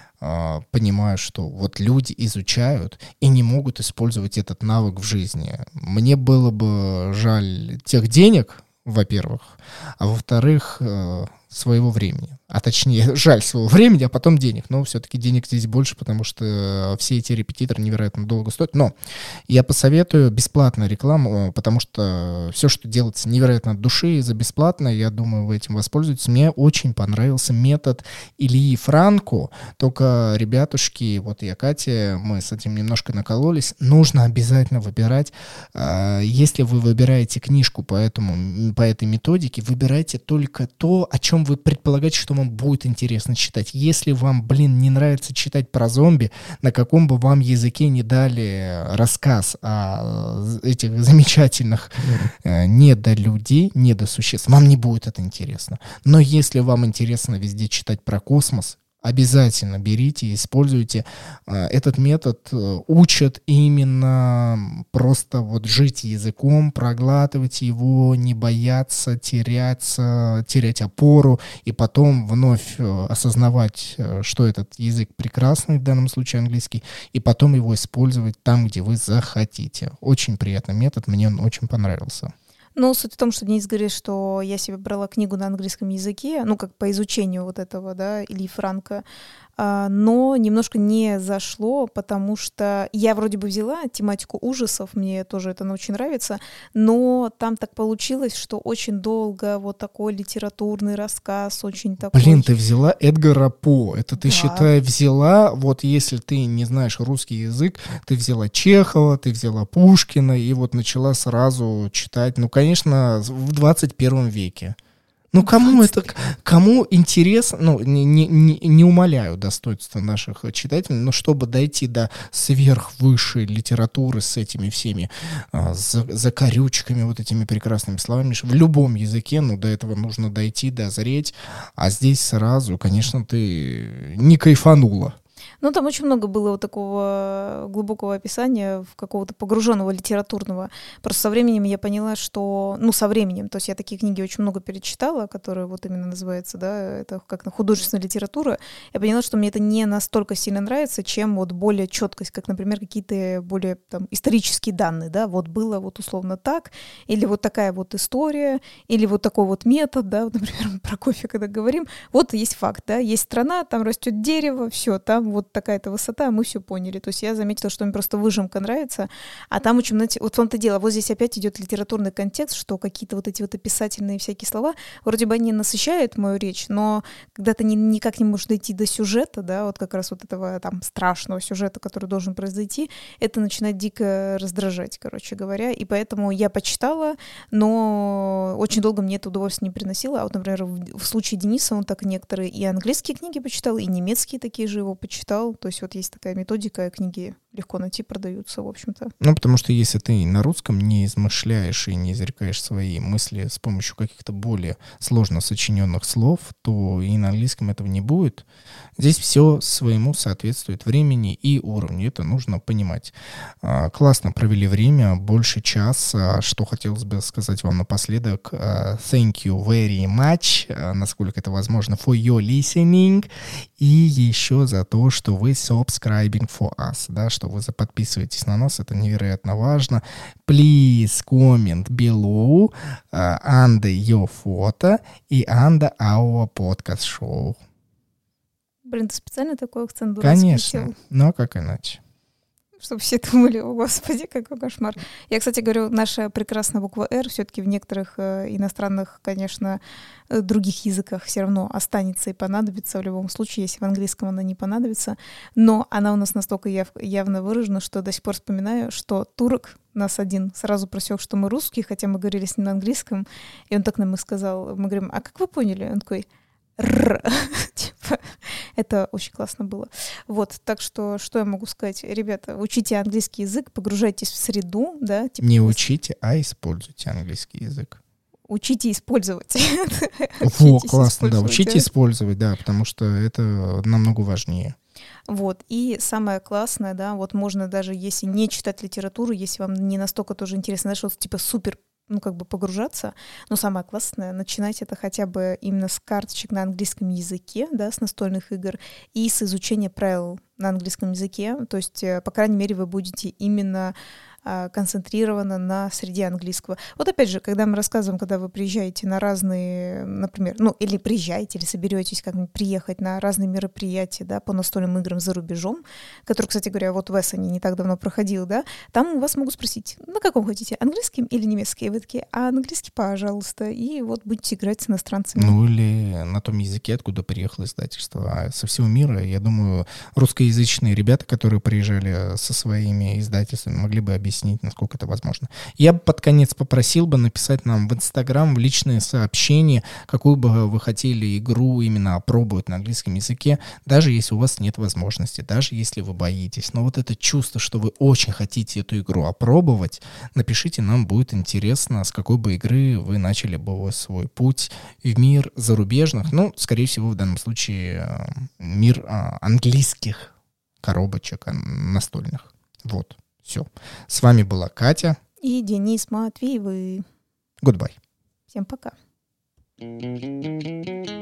э, понимаю, что вот люди изучают и не могут использовать этот навык в жизни. Мне было бы жаль тех денег, во-первых, а во-вторых, э, своего времени. А точнее, жаль своего времени, а потом денег. Но все-таки денег здесь больше, потому что все эти репетиторы невероятно долго стоят. Но я посоветую бесплатную рекламу, потому что все, что делается невероятно от души, за бесплатно, я думаю, вы этим воспользуетесь. Мне очень понравился метод Ильи Франко. Только, ребятушки, вот я, Катя, мы с этим немножко накололись. Нужно обязательно выбирать. Если вы выбираете книжку по, этому, по этой методике, выбирайте только то, о чем вы предполагаете, что вам будет интересно читать. Если вам, блин, не нравится читать про зомби, на каком бы вам языке не дали рассказ о этих замечательных э, недолюдей, недосуществ, вам не будет это интересно. Но если вам интересно везде читать про космос, обязательно берите и используйте. Этот метод учит именно просто вот жить языком, проглатывать его, не бояться теряться, терять опору и потом вновь осознавать, что этот язык прекрасный, в данном случае английский, и потом его использовать там, где вы захотите. Очень приятный метод, мне он очень понравился. Ну, суть в том, что Денис говорит, что я себе брала книгу на английском языке, ну, как по изучению вот этого, да, Ильи Франко, но немножко не зашло, потому что я вроде бы взяла тематику ужасов, мне тоже это очень нравится, но там так получилось, что очень долго вот такой литературный рассказ, очень такой... Блин, ты взяла Эдгара По, это ты, да. считай, взяла, вот если ты не знаешь русский язык, ты взяла Чехова, ты взяла Пушкина и вот начала сразу читать, ну, конечно, в двадцать первом веке. Ну, кому это, кому интересно, ну, не, не, не умаляю достоинства наших читателей, но чтобы дойти до сверхвысшей литературы с этими всеми а, закорючками, вот этими прекрасными словами, в любом языке, ну, до этого нужно дойти, дозреть, а здесь сразу, конечно, ты не кайфанула. Ну, там очень много было вот такого глубокого описания, в какого-то погруженного литературного. Просто со временем я поняла, что... Ну, со временем. То есть я такие книги очень много перечитала, которые вот именно называются, да, это как на художественная литература. Я поняла, что мне это не настолько сильно нравится, чем вот более четкость, как, например, какие-то более там исторические данные, да, вот было вот условно так, или вот такая вот история, или вот такой вот метод, да, вот, например, про кофе, когда говорим, вот есть факт, да, есть страна, там растет дерево, все, там вот такая-то высота, мы все поняли. То есть я заметила, что мне просто выжимка нравится, а там очень, знаете, вот в том-то дело, вот здесь опять идет литературный контекст, что какие-то вот эти вот описательные всякие слова, вроде бы они насыщают мою речь, но когда ты ни, никак не можешь дойти до сюжета, да, вот как раз вот этого там страшного сюжета, который должен произойти, это начинает дико раздражать, короче говоря, и поэтому я почитала, но очень долго мне это удовольствие не приносило, а вот, например, в, в случае Дениса он так некоторые и английские книги почитал, и немецкие такие же его почитал. То есть вот есть такая методика, книги легко найти, продаются, в общем-то. Ну, потому что если ты на русском не измышляешь и не изрекаешь свои мысли с помощью каких-то более сложно сочиненных слов, то и на английском этого не будет. Здесь все своему соответствует времени и уровню. Это нужно понимать. Классно провели время, больше часа. Что хотелось бы сказать вам напоследок. Thank you very much, насколько это возможно, for your listening. И еще за то, что вы subscribing for us, да, что вы подписываетесь на нас, это невероятно важно. Please comment below uh, under your photo и under our podcast show. Блин, ты специально такой акцент дурацкий Конечно, сделал? но как иначе? Чтобы все думали, о господи, какой кошмар. Я, кстати, говорю, наша прекрасная буква «Р» все-таки в некоторых э, иностранных, конечно, э, других языках все равно останется и понадобится в любом случае, если в английском она не понадобится. Но она у нас настолько яв- явно выражена, что до сих пор вспоминаю, что турок нас один сразу просек, что мы русские, хотя мы говорили с ним на английском, и он так нам и сказал, мы говорим, а как вы поняли? Он такой... Р. Типа, это очень классно было. Вот, так что, что я могу сказать? Ребята, учите английский язык, погружайтесь в среду, да. Типа, не учите, а используйте английский язык. Учите использовать. Во, классно, да, учите использовать, да, потому что это намного важнее. Вот, и самое классное, да, вот можно даже, если не читать литературу, если вам не настолько тоже интересно, знаешь, вот типа супер, ну, как бы погружаться, но самое классное, начинать это хотя бы именно с карточек на английском языке, да, с настольных игр, и с изучения правил на английском языке, то есть, по крайней мере, вы будете именно концентрирована на среде английского. Вот опять же, когда мы рассказываем, когда вы приезжаете на разные, например, ну или приезжаете, или соберетесь как-нибудь приехать на разные мероприятия, да, по настольным играм за рубежом, которые, кстати говоря, вот в Эссене не так давно проходил, да, там у вас могут спросить, на каком хотите, английским или немецкий? И вы такие, а английский, пожалуйста, и вот будете играть с иностранцами. Ну или на том языке, откуда приехало издательство. А со всего мира, я думаю, русскоязычные ребята, которые приезжали со своими издательствами, могли бы объяснить, насколько это возможно. Я бы под конец попросил бы написать нам в Инстаграм, в личные сообщения, какую бы вы хотели игру именно опробовать на английском языке, даже если у вас нет возможности, даже если вы боитесь. Но вот это чувство, что вы очень хотите эту игру опробовать, напишите, нам будет интересно, с какой бы игры вы начали бы свой путь в мир зарубежных, ну, скорее всего, в данном случае мир английских коробочек настольных. Вот. Все. С вами была Катя. И Денис Матвеевы. Goodbye. Всем пока.